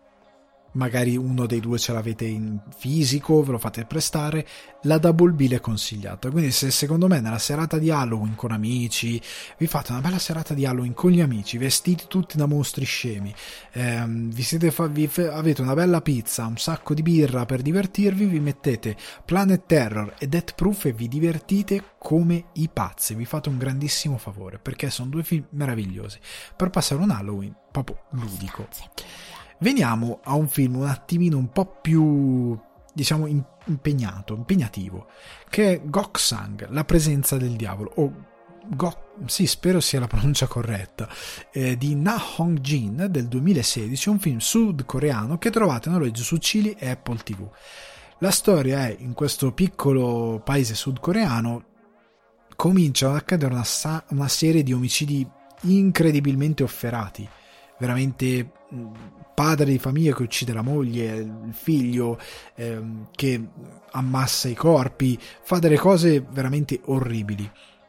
magari uno dei due ce l'avete in fisico, ve lo fate prestare, la Double Bill è consigliata. Quindi se secondo me nella serata di Halloween con amici vi fate una bella serata di Halloween con gli amici, vestiti tutti da mostri scemi, ehm, vi siete fa- vi fe- avete una bella pizza, un sacco di birra per divertirvi, vi mettete Planet Terror e Death Proof e vi divertite come i pazzi, vi fate un grandissimo favore, perché sono due film meravigliosi per passare un Halloween proprio ludico. Veniamo a un film un attimino un po' più, diciamo, impegnato, impegnativo, che è Gok-sang, La presenza del diavolo, o Gok, sì, spero sia la pronuncia corretta, eh, di Na Hong-jin del duemilasedici, un film sudcoreano che trovate a noleggio su Cili e Apple tivù. La storia è, in questo piccolo paese sudcoreano comincia ad accadere una, sa- una serie di omicidi incredibilmente offerati, veramente padre di famiglia che uccide la moglie, il figlio ehm, che ammassa i corpi, fa delle cose veramente orribili.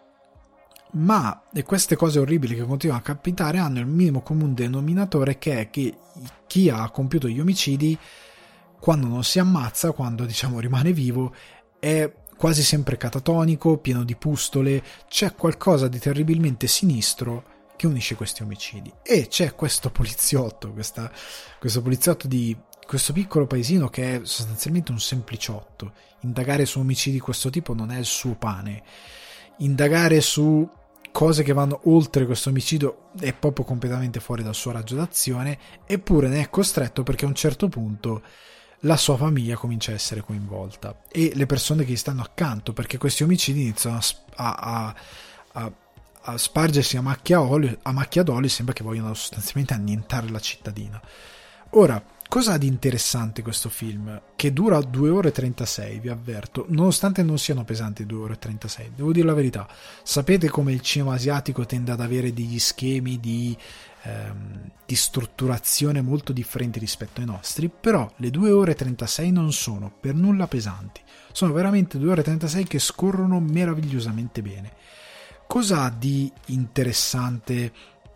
Ma e queste cose orribili che continuano a capitare hanno il minimo comune denominatore, che è che chi ha compiuto gli omicidi, quando non si ammazza, quando diciamo rimane vivo, è quasi sempre catatonico, pieno di pustole, c'è qualcosa di terribilmente sinistro che unisce questi omicidi. E c'è questo poliziotto, questa, questo poliziotto di questo piccolo paesino che è sostanzialmente un sempliciotto. Indagare su omicidi di questo tipo non è il suo pane. Indagare su cose che vanno oltre questo omicidio è proprio completamente fuori dal suo raggio d'azione, eppure ne è costretto perché a un certo punto la sua famiglia comincia a essere coinvolta e le persone che gli stanno accanto, perché questi omicidi iniziano a, a, a, a spargersi a macchia, olio, a macchia d'olio, sembra che vogliono sostanzialmente annientare la cittadina. Ora, cosa ha di interessante questo film? Che dura due ore e trentasei, vi avverto, nonostante non siano pesanti due ore e trentasei, devo dire la verità. Sapete come il cinema asiatico tende ad avere degli schemi di, ehm, di strutturazione molto differenti rispetto ai nostri, però le due ore e trentasei non sono per nulla pesanti, sono veramente due ore e trentasei che scorrono meravigliosamente bene. Cosa ha di interessante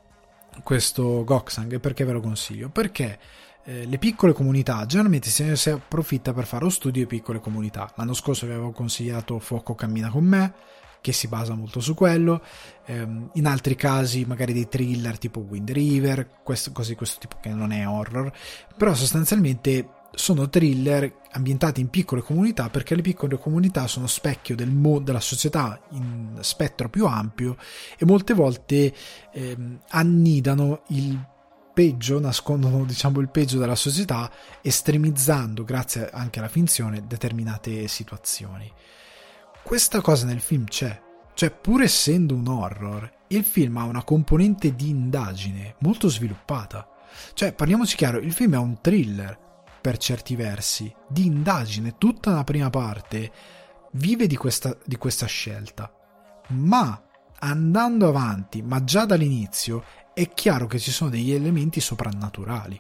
questo Goksan? Perché ve lo consiglio? Perché Eh, le piccole comunità, generalmente se ne si approfitta per fare lo studio di piccole comunità. L'anno scorso vi avevo consigliato Fuoco cammina con me, che si basa molto su quello, ehm, in altri casi magari dei thriller tipo Wind River, questo, così questo tipo che non è horror, però sostanzialmente sono thriller ambientati in piccole comunità, perché le piccole comunità sono specchio del mo- della società in spettro più ampio e molte volte ehm, annidano il peggio, nascondono diciamo il peggio della società, estremizzando grazie anche alla finzione determinate situazioni. Questa cosa nel film c'è, cioè pur essendo un horror il film ha una componente di indagine molto sviluppata, cioè parliamoci chiaro, il film è un thriller per certi versi, di indagine. Tutta la prima parte vive di questa, di questa scelta, ma andando avanti, ma già dall'inizio è chiaro che ci sono degli elementi soprannaturali.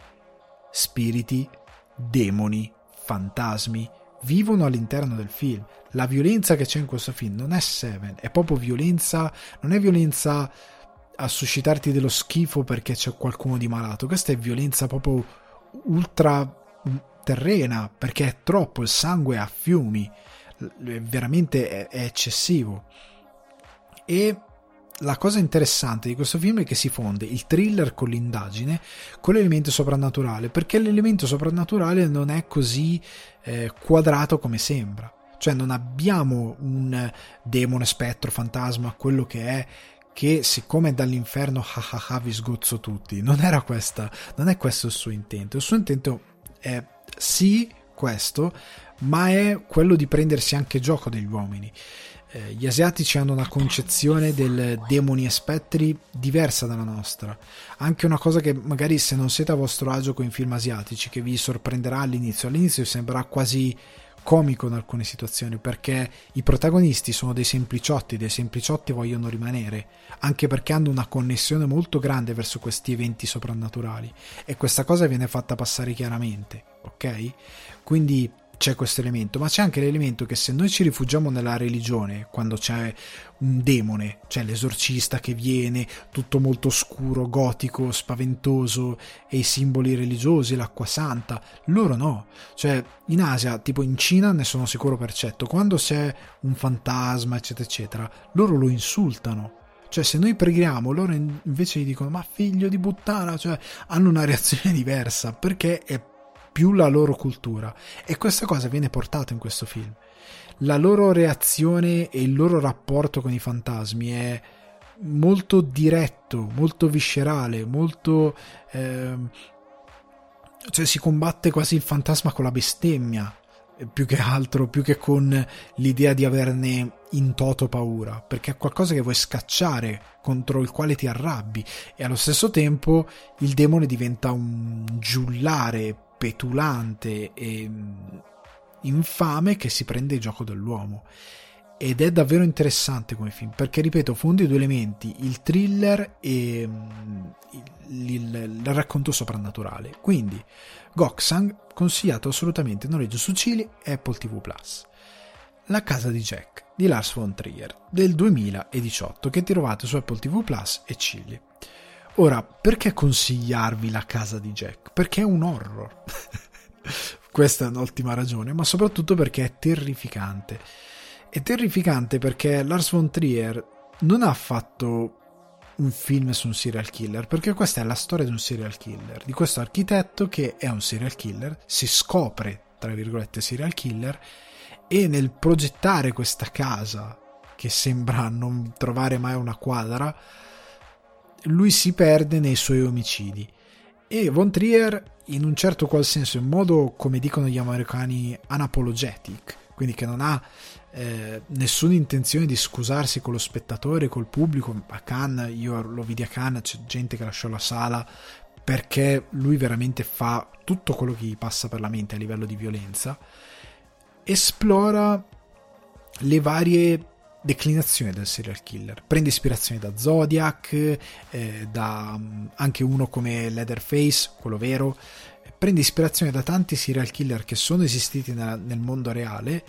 Spiriti, demoni, fantasmi vivono all'interno del film. La violenza che c'è in questo film non è Seven, è proprio violenza, non è violenza a suscitarti dello schifo perché c'è qualcuno di malato, questa è violenza proprio ultra terrena, perché è troppo, il sangue a fiumi, veramente è, è eccessivo. E la cosa interessante di questo film è che si fonde il thriller con l'indagine, con l'elemento soprannaturale, perché l'elemento soprannaturale non è così eh, quadrato come sembra. Cioè non abbiamo un demone, spettro, fantasma, quello che è, che siccome è dall'inferno ah ah ah vi sgozzo tutti. Non era questa, non è questo il suo intento. Il suo intento è sì questo, ma è quello di prendersi anche gioco degli uomini. Eh, gli asiatici hanno una concezione del demoni e spettri diversa dalla nostra, anche una cosa che magari se non siete a vostro agio con i film asiatici, che vi sorprenderà all'inizio all'inizio sembrerà quasi comico in alcune situazioni, perché i protagonisti sono dei sempliciotti, dei sempliciotti vogliono rimanere, anche perché hanno una connessione molto grande verso questi eventi soprannaturali, e questa cosa viene fatta passare chiaramente, ok? Quindi c'è questo elemento, ma c'è anche l'elemento che se noi ci rifugiamo nella religione, quando c'è un demone, c'è l'esorcista che viene, tutto molto scuro, gotico, spaventoso, e i simboli religiosi, l'acqua santa, loro no. Cioè in Asia, tipo in Cina, ne sono sicuro per certo, quando c'è un fantasma eccetera eccetera, loro lo insultano. Cioè se noi preghiamo, loro invece gli dicono ma figlio di puttana, cioè hanno una reazione diversa, perché è più la loro cultura, e questa cosa viene portata in questo film. La loro reazione e il loro rapporto con i fantasmi è molto diretto, molto viscerale, molto eh, cioè si combatte quasi il fantasma con la bestemmia, più che altro, più che con l'idea di averne in toto paura, perché è qualcosa che vuoi scacciare, contro il quale ti arrabbi, e allo stesso tempo il demone diventa un giullare petulante e infame che si prende il gioco dell'uomo. Ed è davvero interessante come film, perché ripeto, fonde due elementi, il thriller e il, il, il racconto soprannaturale. Quindi Goksan, consigliato assolutamente, noleggio su Cili e Apple tivù Plus. La casa di Jack di Lars von Trier del duemiladiciotto, che trovate su Apple tivù Plus e Cili. Ora, perché consigliarvi La casa di Jack? Perché è un horror. Questa è un'ottima ragione, ma soprattutto perché è terrificante. È terrificante perché Lars von Trier non ha fatto un film su un serial killer, perché questa è la storia di un serial killer, di questo architetto che è un serial killer, si scopre tra virgolette serial killer, e nel progettare questa casa che sembra non trovare mai una quadra, lui si perde nei suoi omicidi. E Von Trier, in un certo qual senso, in modo, come dicono gli americani, unapologetic, quindi che non ha eh, nessuna intenzione di scusarsi con lo spettatore, col pubblico. A Cannes, io lo vidi a Cannes, c'è gente che lasciò la sala perché lui veramente fa tutto quello che gli passa per la mente a livello di violenza, esplora le varie declinazioni del serial killer, prende ispirazione da Zodiac, eh, da anche uno come Leatherface, quello vero, prende ispirazione da tanti serial killer che sono esistiti nella, nel mondo reale,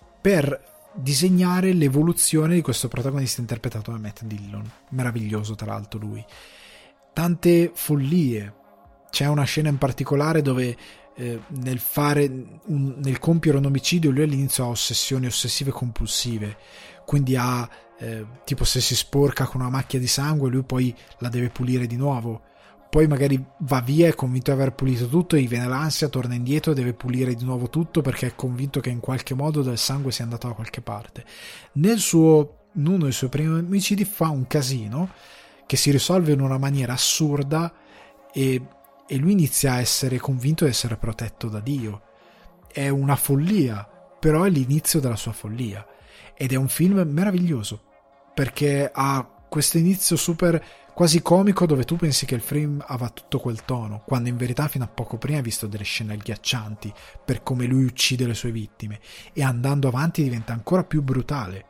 per disegnare l'evoluzione di questo protagonista interpretato da Matt Dillon, meraviglioso tra l'altro lui. Tante follie, c'è una scena in particolare dove eh, nel fare un, nel compiere un omicidio lui all'inizio ha ossessioni ossessive compulsive, quindi ha eh, tipo se si sporca con una macchia di sangue lui poi la deve pulire di nuovo, poi magari va via, è convinto di aver pulito tutto, gli viene l'ansia, torna indietro e deve pulire di nuovo tutto perché è convinto che in qualche modo del sangue sia andato da qualche parte. Nel suo, in uno dei suoi primi omicidi fa un casino che si risolve in una maniera assurda e, e lui inizia a essere convinto di essere protetto da Dio. È una follia, però è l'inizio della sua follia. Ed è un film meraviglioso perché ha questo inizio super quasi comico dove tu pensi che il film avrà tutto quel tono, quando in verità fino a poco prima hai visto delle scene agghiaccianti per come lui uccide le sue vittime, e andando avanti diventa ancora più brutale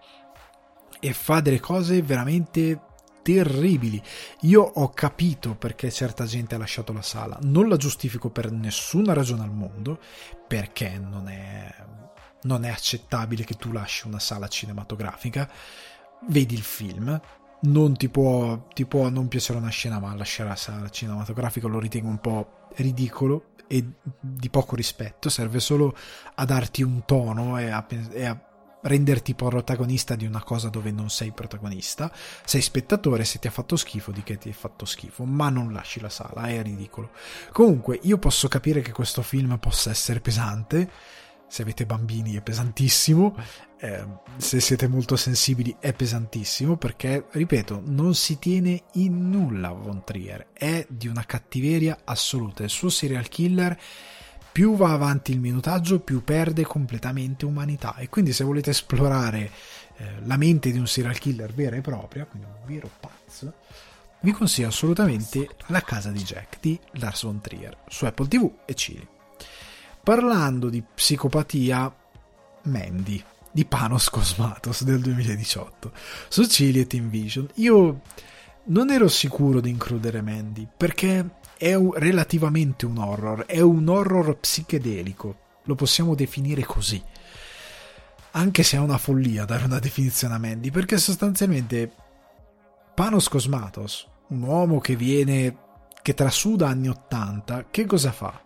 e fa delle cose veramente terribili. Io ho capito perché certa gente ha lasciato la sala, non la giustifico per nessuna ragione al mondo, perché non è non è accettabile che tu lasci una sala cinematografica, vedi il film, non ti può, ti può non piacere una scena, ma lasciare la sala cinematografica lo ritengo un po' ridicolo e di poco rispetto, serve solo a darti un tono e a, e a renderti protagonista di una cosa dove non sei protagonista, sei spettatore, se ti ha fatto schifo di che ti è fatto schifo, ma non lasci la sala, è ridicolo. Comunque io posso capire che questo film possa essere pesante, se avete bambini è pesantissimo, eh, se siete molto sensibili è pesantissimo, perché, ripeto, non si tiene in nulla Von Trier, è di una cattiveria assoluta. Il suo serial killer, più va avanti il minutaggio, più perde completamente umanità, e quindi se volete esplorare eh, la mente di un serial killer vera e propria, quindi un vero pazzo, vi consiglio assolutamente La casa di Jack di Lars Von Trier su Apple tivù e Cili. Parlando di psicopatia, Mandy di Panos Cosmatos del duemiladiciotto su Cili e Team Vision. Io non ero sicuro di includere Mandy perché è un, relativamente un horror, è un horror psichedelico, lo possiamo definire così, anche se è una follia dare una definizione a Mandy, perché sostanzialmente Panos Cosmatos, un uomo che viene che trasuda anni ottanta, che cosa fa?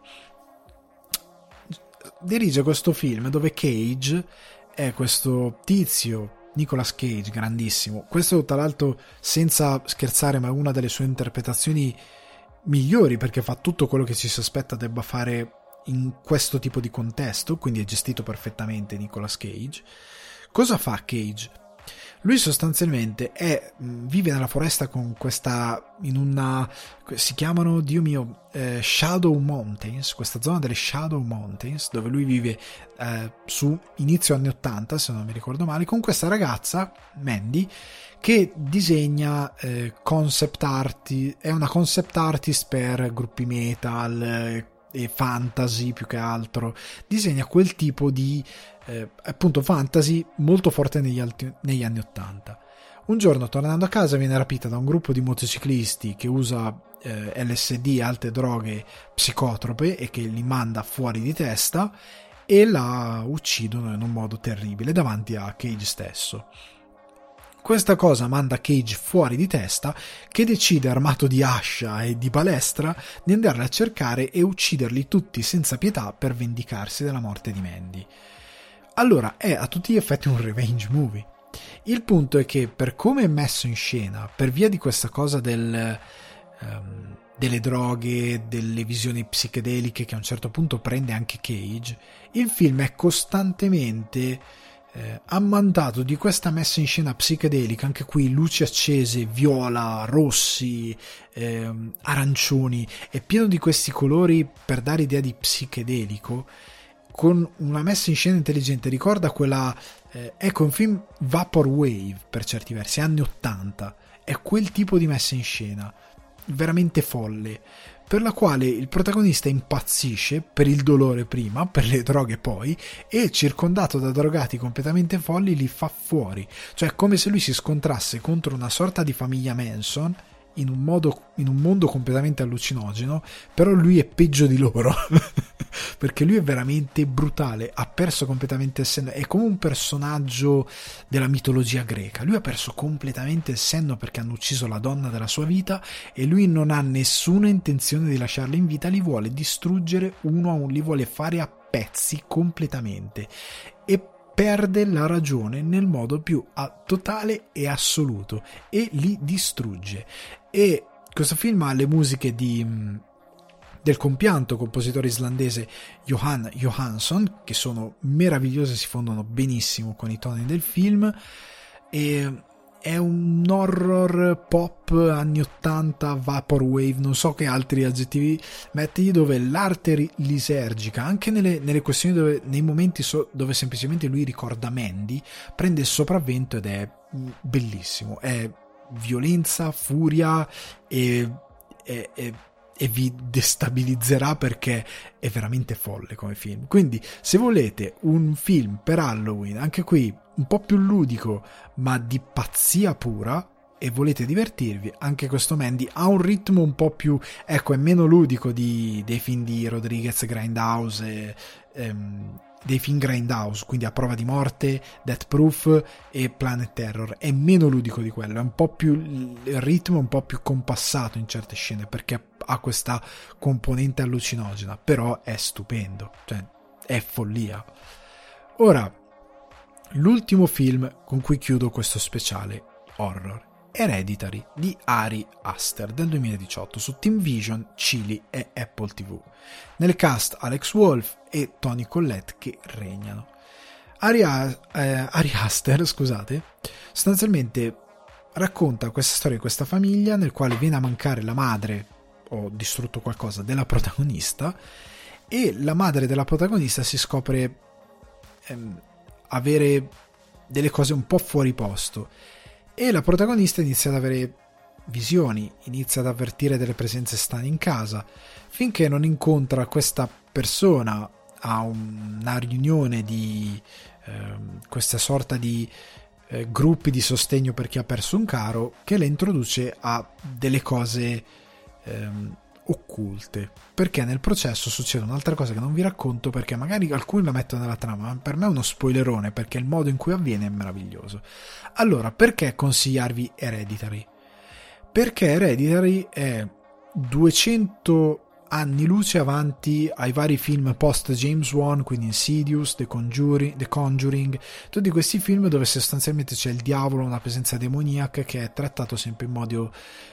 Dirige questo film dove Cage è questo tizio, Nicolas Cage, grandissimo. Questo tra l'altro, senza scherzare, ma è una delle sue interpretazioni migliori, perché fa tutto quello che ci si aspetta debba fare in questo tipo di contesto, quindi è gestito perfettamente Nicolas Cage. Cosa fa Cage? Lui sostanzialmente è, vive nella foresta con questa, in una, si chiamano, Dio mio, eh, Shadow Mountains, questa zona delle Shadow Mountains, dove lui vive eh, su inizio anni ottanta, se non mi ricordo male, con questa ragazza, Mandy, che disegna eh, concept art, è una concept artist per gruppi metal eh, e fantasy più che altro, disegna quel tipo di Eh, appunto fantasy molto forte negli, alti, negli anni ottanta. Un giorno, tornando a casa, viene rapita da un gruppo di motociclisti che usa eh, L S D e altre droghe psicotrope e che li manda fuori di testa, e la uccidono in un modo terribile davanti a Cage stesso. Questa cosa manda Cage fuori di testa, che decide, armato di ascia e di balestra, di andarli a cercare e ucciderli tutti senza pietà per vendicarsi della morte di Mandy. Allora è a tutti gli effetti un revenge movie, Il punto è che per come è messo in scena, per via di questa cosa del, um, delle droghe, delle visioni psichedeliche che a un certo punto prende anche Cage, il film è costantemente eh, ammantato di questa messa in scena psichedelica, anche qui luci accese, viola, rossi, eh, arancioni, è pieno di questi colori per dare idea di psichedelico, con una messa in scena intelligente. Ricorda quella eh, ecco un film Vaporwave per certi versi, anni ottanta, è quel tipo di messa in scena veramente folle, per la quale il protagonista impazzisce per il dolore prima, per le droghe poi, e circondato da drogati completamente folli li fa fuori, cioè è come se lui si scontrasse contro una sorta di famiglia Manson in un modo, in un mondo completamente allucinogeno, però lui è peggio di loro perché lui è veramente brutale, ha perso completamente il senno, è come un personaggio della mitologia greca, lui ha perso completamente il senno perché hanno ucciso la donna della sua vita e lui non ha nessuna intenzione di lasciarla in vita, li vuole distruggere uno a uno, li vuole fare a pezzi completamente e perde la ragione nel modo più totale e assoluto e li distrugge. E questo film ha le musiche di, del compianto compositore islandese Johan Johansson, che sono meravigliose, si fondono benissimo con i toni del film, e è un horror pop anni ottanta, vaporwave, non so che altri aggettivi mettergli, dove l'arte lisergica, anche nelle, nelle questioni dove, nei momenti so, dove semplicemente lui ricorda Mandy, prende il sopravvento ed è bellissimo, è violenza, furia e, e, e, e vi destabilizzerà perché è veramente folle come film. Quindi se volete un film per Halloween, anche qui un po' più ludico ma di pazzia pura, e volete divertirvi, anche questo Mandy ha un ritmo un po' più, ecco, è meno ludico di, dei film di Rodriguez, Grindhouse e, ehm, dei film Grindhouse, quindi A prova di morte, Death Proof e Planet Terror, è meno ludico di quello, è un po' più, il ritmo è un po' più compassato in certe scene perché ha questa componente allucinogena, però è stupendo, cioè è follia. Ora, l'ultimo film con cui chiudo questo speciale horror, Hereditary di Ari Aster del duemiladiciotto su Team Vision, Chili e Apple tivù. Nel cast Alex Wolff e Toni Collette che regnano. Ari, eh, Ari Aster, scusate, sostanzialmente racconta questa storia di questa famiglia nel quale viene a mancare la madre o distrutto qualcosa della protagonista, e la madre della protagonista si scopre ehm, avere delle cose un po' fuori posto e la protagonista inizia ad avere visioni, inizia ad avvertire delle presenze strane in casa, finché non incontra questa persona a una riunione di eh, questa sorta di eh, gruppi di sostegno per chi ha perso un caro, che le introduce a delle cose ehm, occulte, perché nel processo succede un'altra cosa che non vi racconto perché magari alcuni la mettono nella trama, ma per me è uno spoilerone perché il modo in cui avviene è meraviglioso. Allora, perché consigliarvi Hereditary? Perché Hereditary è duecento anni luce avanti ai vari film post James Wan, quindi Insidious, The Conjuring, The Conjuring, tutti questi film dove sostanzialmente c'è il diavolo, una presenza demoniaca che è trattato sempre in modo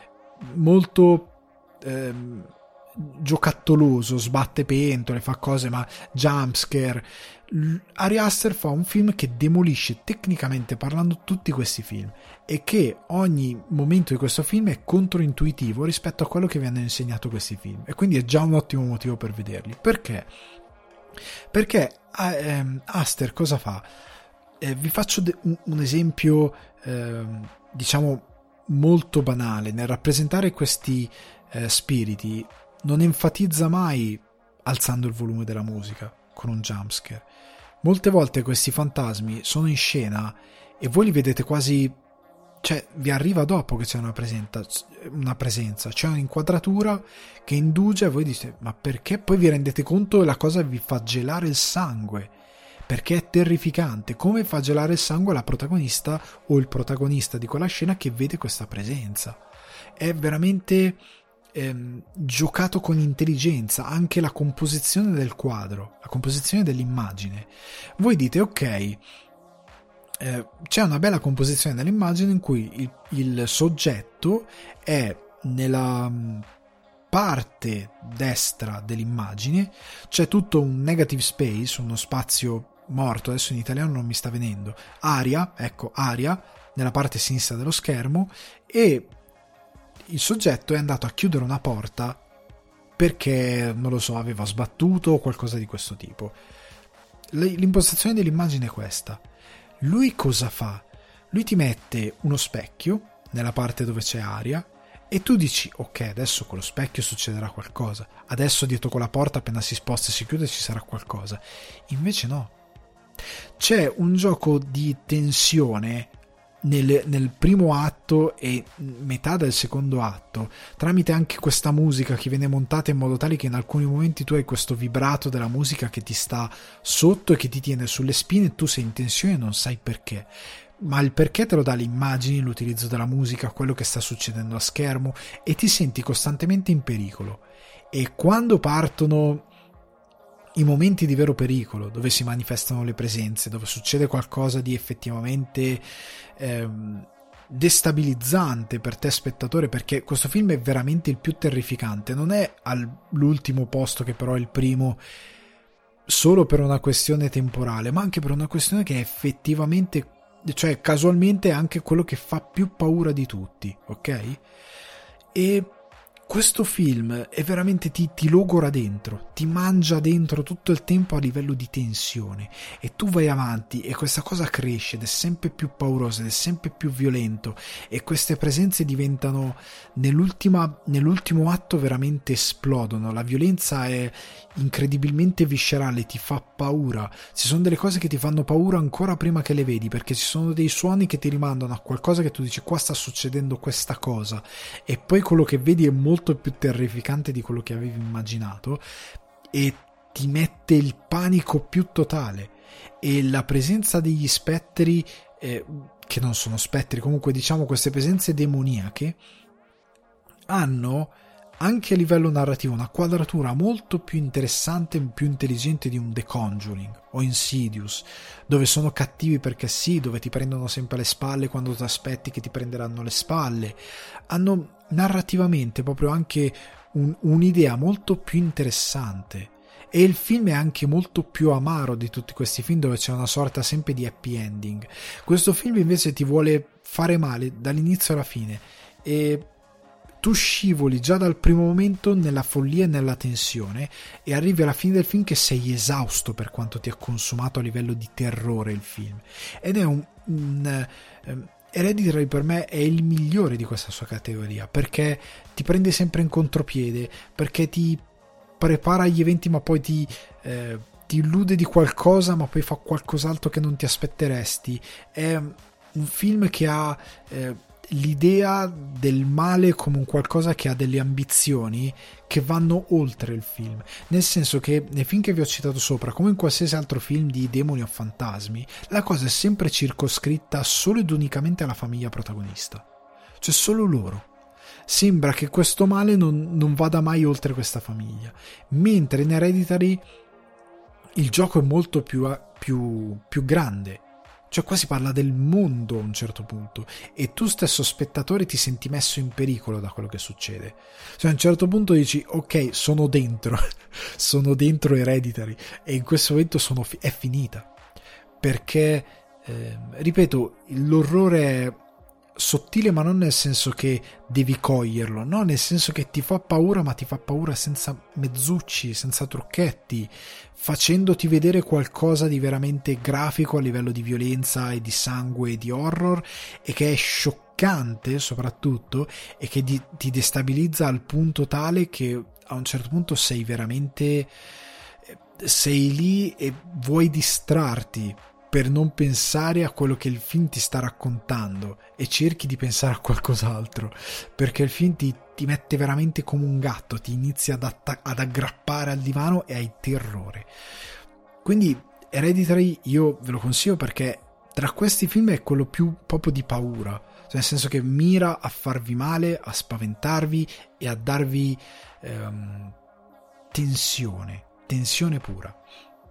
molto ehm, giocattoloso, sbatte pentole, fa cose, ma jumpscare. Ari Aster fa un film che demolisce tecnicamente parlando tutti questi film e che ogni momento di questo film è controintuitivo rispetto a quello che vi hanno insegnato questi film, e quindi è già un ottimo motivo per vederli. Perché? Perché ehm, Aster cosa fa? Eh, vi faccio de- un, un esempio ehm, diciamo molto banale. Nel rappresentare questi eh, spiriti non enfatizza mai alzando il volume della musica con un jumpscare. Molte volte questi fantasmi sono in scena e voi li vedete quasi, cioè vi arriva dopo che c'è una presenza, una presenza, c'è un'inquadratura che induce e voi dite ma perché? Poi vi rendete conto e la cosa vi fa gelare il sangue, perché è terrificante come fa gelare il sangue la protagonista o il protagonista di quella scena che vede questa presenza. È veramente Ehm, giocato con intelligenza, anche la composizione del quadro, la composizione dell'immagine. Voi dite ok, eh, c'è una bella composizione dell'immagine in cui il, il soggetto è nella parte destra dell'immagine, c'è tutto un negative space, uno spazio morto, adesso in italiano non mi sta venendo, aria, ecco, aria, nella parte sinistra dello schermo, e il soggetto è andato a chiudere una porta perché, non lo so, aveva sbattuto o qualcosa di questo tipo. L'impostazione dell'immagine è questa. Lui cosa fa? Lui ti mette uno specchio nella parte dove c'è aria e tu dici, ok, adesso con lo specchio succederà qualcosa, adesso dietro con la porta appena si sposta e si chiude ci sarà qualcosa. Invece no, c'è un gioco di tensione nel, nel primo atto e metà del secondo atto, tramite anche questa musica che viene montata in modo tale che in alcuni momenti tu hai questo vibrato della musica che ti sta sotto e che ti tiene sulle spine e tu sei in tensione e non sai perché. Ma il perché te lo dà le immagini, l'utilizzo della musica, quello che sta succedendo a schermo, e ti senti costantemente in pericolo. E quando partono i momenti di vero pericolo, dove si manifestano le presenze, dove succede qualcosa di effettivamente ehm, destabilizzante per te spettatore, perché questo film è veramente il più terrificante, non è all'ultimo posto che però è il primo solo per una questione temporale, ma anche per una questione che è effettivamente, cioè casualmente è anche quello che fa più paura di tutti, ok? E questo film è veramente, ti, ti logora dentro, ti mangia dentro tutto il tempo a livello di tensione, e tu vai avanti e questa cosa cresce ed è sempre più paurosa ed è sempre più violento, e queste presenze diventano nell'ultima, nell'ultimo atto veramente esplodono, la violenza è incredibilmente viscerale, ti fa paura, ci sono delle cose che ti fanno paura ancora prima che le vedi, perché ci sono dei suoni che ti rimandano a qualcosa che tu dici qua sta succedendo questa cosa, e poi quello che vedi è molto più terrificante di quello che avevi immaginato e ti mette il panico più totale. E la presenza degli spettri, eh, che non sono spettri, comunque diciamo queste presenze demoniache, hanno anche a livello narrativo una quadratura molto più interessante e più intelligente di un The Conjuring o Insidious, dove sono cattivi perché sì, dove ti prendono sempre le spalle quando ti aspetti che ti prenderanno le spalle. Hanno narrativamente proprio anche un, un'idea molto più interessante, e il film è anche molto più amaro di tutti questi film dove c'è una sorta sempre di happy ending. Questo film invece ti vuole fare male dall'inizio alla fine, e tu scivoli già dal primo momento nella follia e nella tensione, e arrivi alla fine del film che sei esausto per quanto ti ha consumato a livello di terrore il film. Ed è un, un um, Hereditary per me è il migliore di questa sua categoria, perché ti prende sempre in contropiede, perché ti prepara agli eventi ma poi ti, eh, ti illude di qualcosa ma poi fa qualcos'altro che non ti aspetteresti. È un film che ha eh, l'idea del male come un qualcosa che ha delle ambizioni che vanno oltre il film, nel senso che nei film che vi ho citato sopra, come in qualsiasi altro film di demoni o fantasmi, la cosa è sempre circoscritta solo ed unicamente alla famiglia protagonista, cioè solo loro. Sembra che questo male non, non vada mai oltre questa famiglia, mentre in Hereditary il gioco è molto più, più, più grande. Cioè qua si parla del mondo a un certo punto, e tu stesso spettatore ti senti messo in pericolo da quello che succede. Cioè a un certo punto dici ok, sono dentro sono dentro Hereditary, e in questo momento sono fi- è finita, perché eh, ripeto, l'orrore è sottile, ma non nel senso che devi coglierlo, no, nel senso che ti fa paura, ma ti fa paura senza mezzucci, senza trucchetti, facendoti vedere qualcosa di veramente grafico a livello di violenza e di sangue e di horror, e che è scioccante soprattutto, e che di, ti destabilizza al punto tale che a un certo punto sei veramente sei lì e vuoi distrarti per non pensare a quello che il film ti sta raccontando, e cerchi di pensare a qualcos'altro, perché il film ti, ti mette veramente come un gatto, ti inizia ad, atta- ad aggrappare al divano e hai terrore. Quindi Hereditary io ve lo consiglio, perché tra questi film è quello più proprio di paura, cioè nel senso che mira a farvi male, a spaventarvi e a darvi ehm, tensione, tensione pura.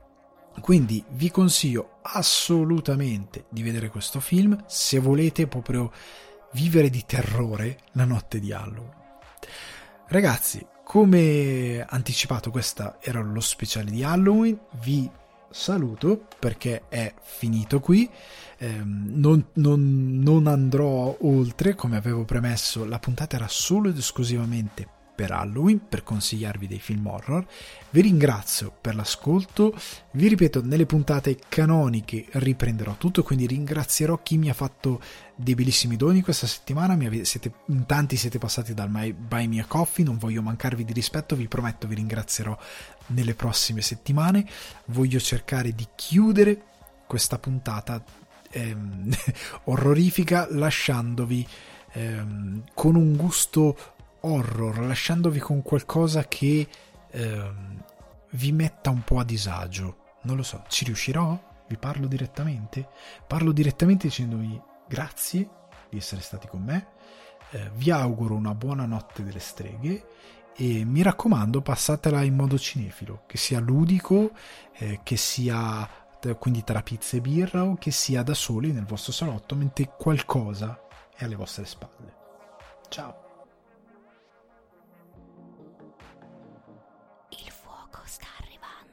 Quindi vi consiglio assolutamente di vedere questo film se volete proprio vivere di terrore la notte di Halloween. Ragazzi, come anticipato, questo era lo speciale di Halloween. Vi saluto perché è finito qui. Eh, non, non, non andrò oltre, come avevo premesso. La puntata era solo ed esclusivamente per Halloween, per consigliarvi dei film horror. Vi ringrazio per l'ascolto. Vi ripeto, nelle puntate canoniche riprenderò tutto, quindi ringrazierò chi mi ha fatto dei bellissimi doni questa settimana. Mi avete, siete, in tanti siete passati dal My, Buy Me a Coffee, non voglio mancarvi di rispetto, vi prometto, vi ringrazierò nelle prossime settimane. Voglio cercare di chiudere questa puntata ehm, orrorifica lasciandovi ehm, con un gusto horror, lasciandovi con qualcosa che ehm, vi metta un po' a disagio. Non lo so, ci riuscirò? Vi parlo direttamente? Parlo direttamente dicendovi grazie di essere stati con me, eh, vi auguro una buona notte delle streghe e mi raccomando, passatela in modo cinefilo, che sia ludico, eh, che sia quindi tra pizza e birra, o che sia da soli nel vostro salotto mentre qualcosa è alle vostre spalle. Ciao. Il fuoco sta arrivando.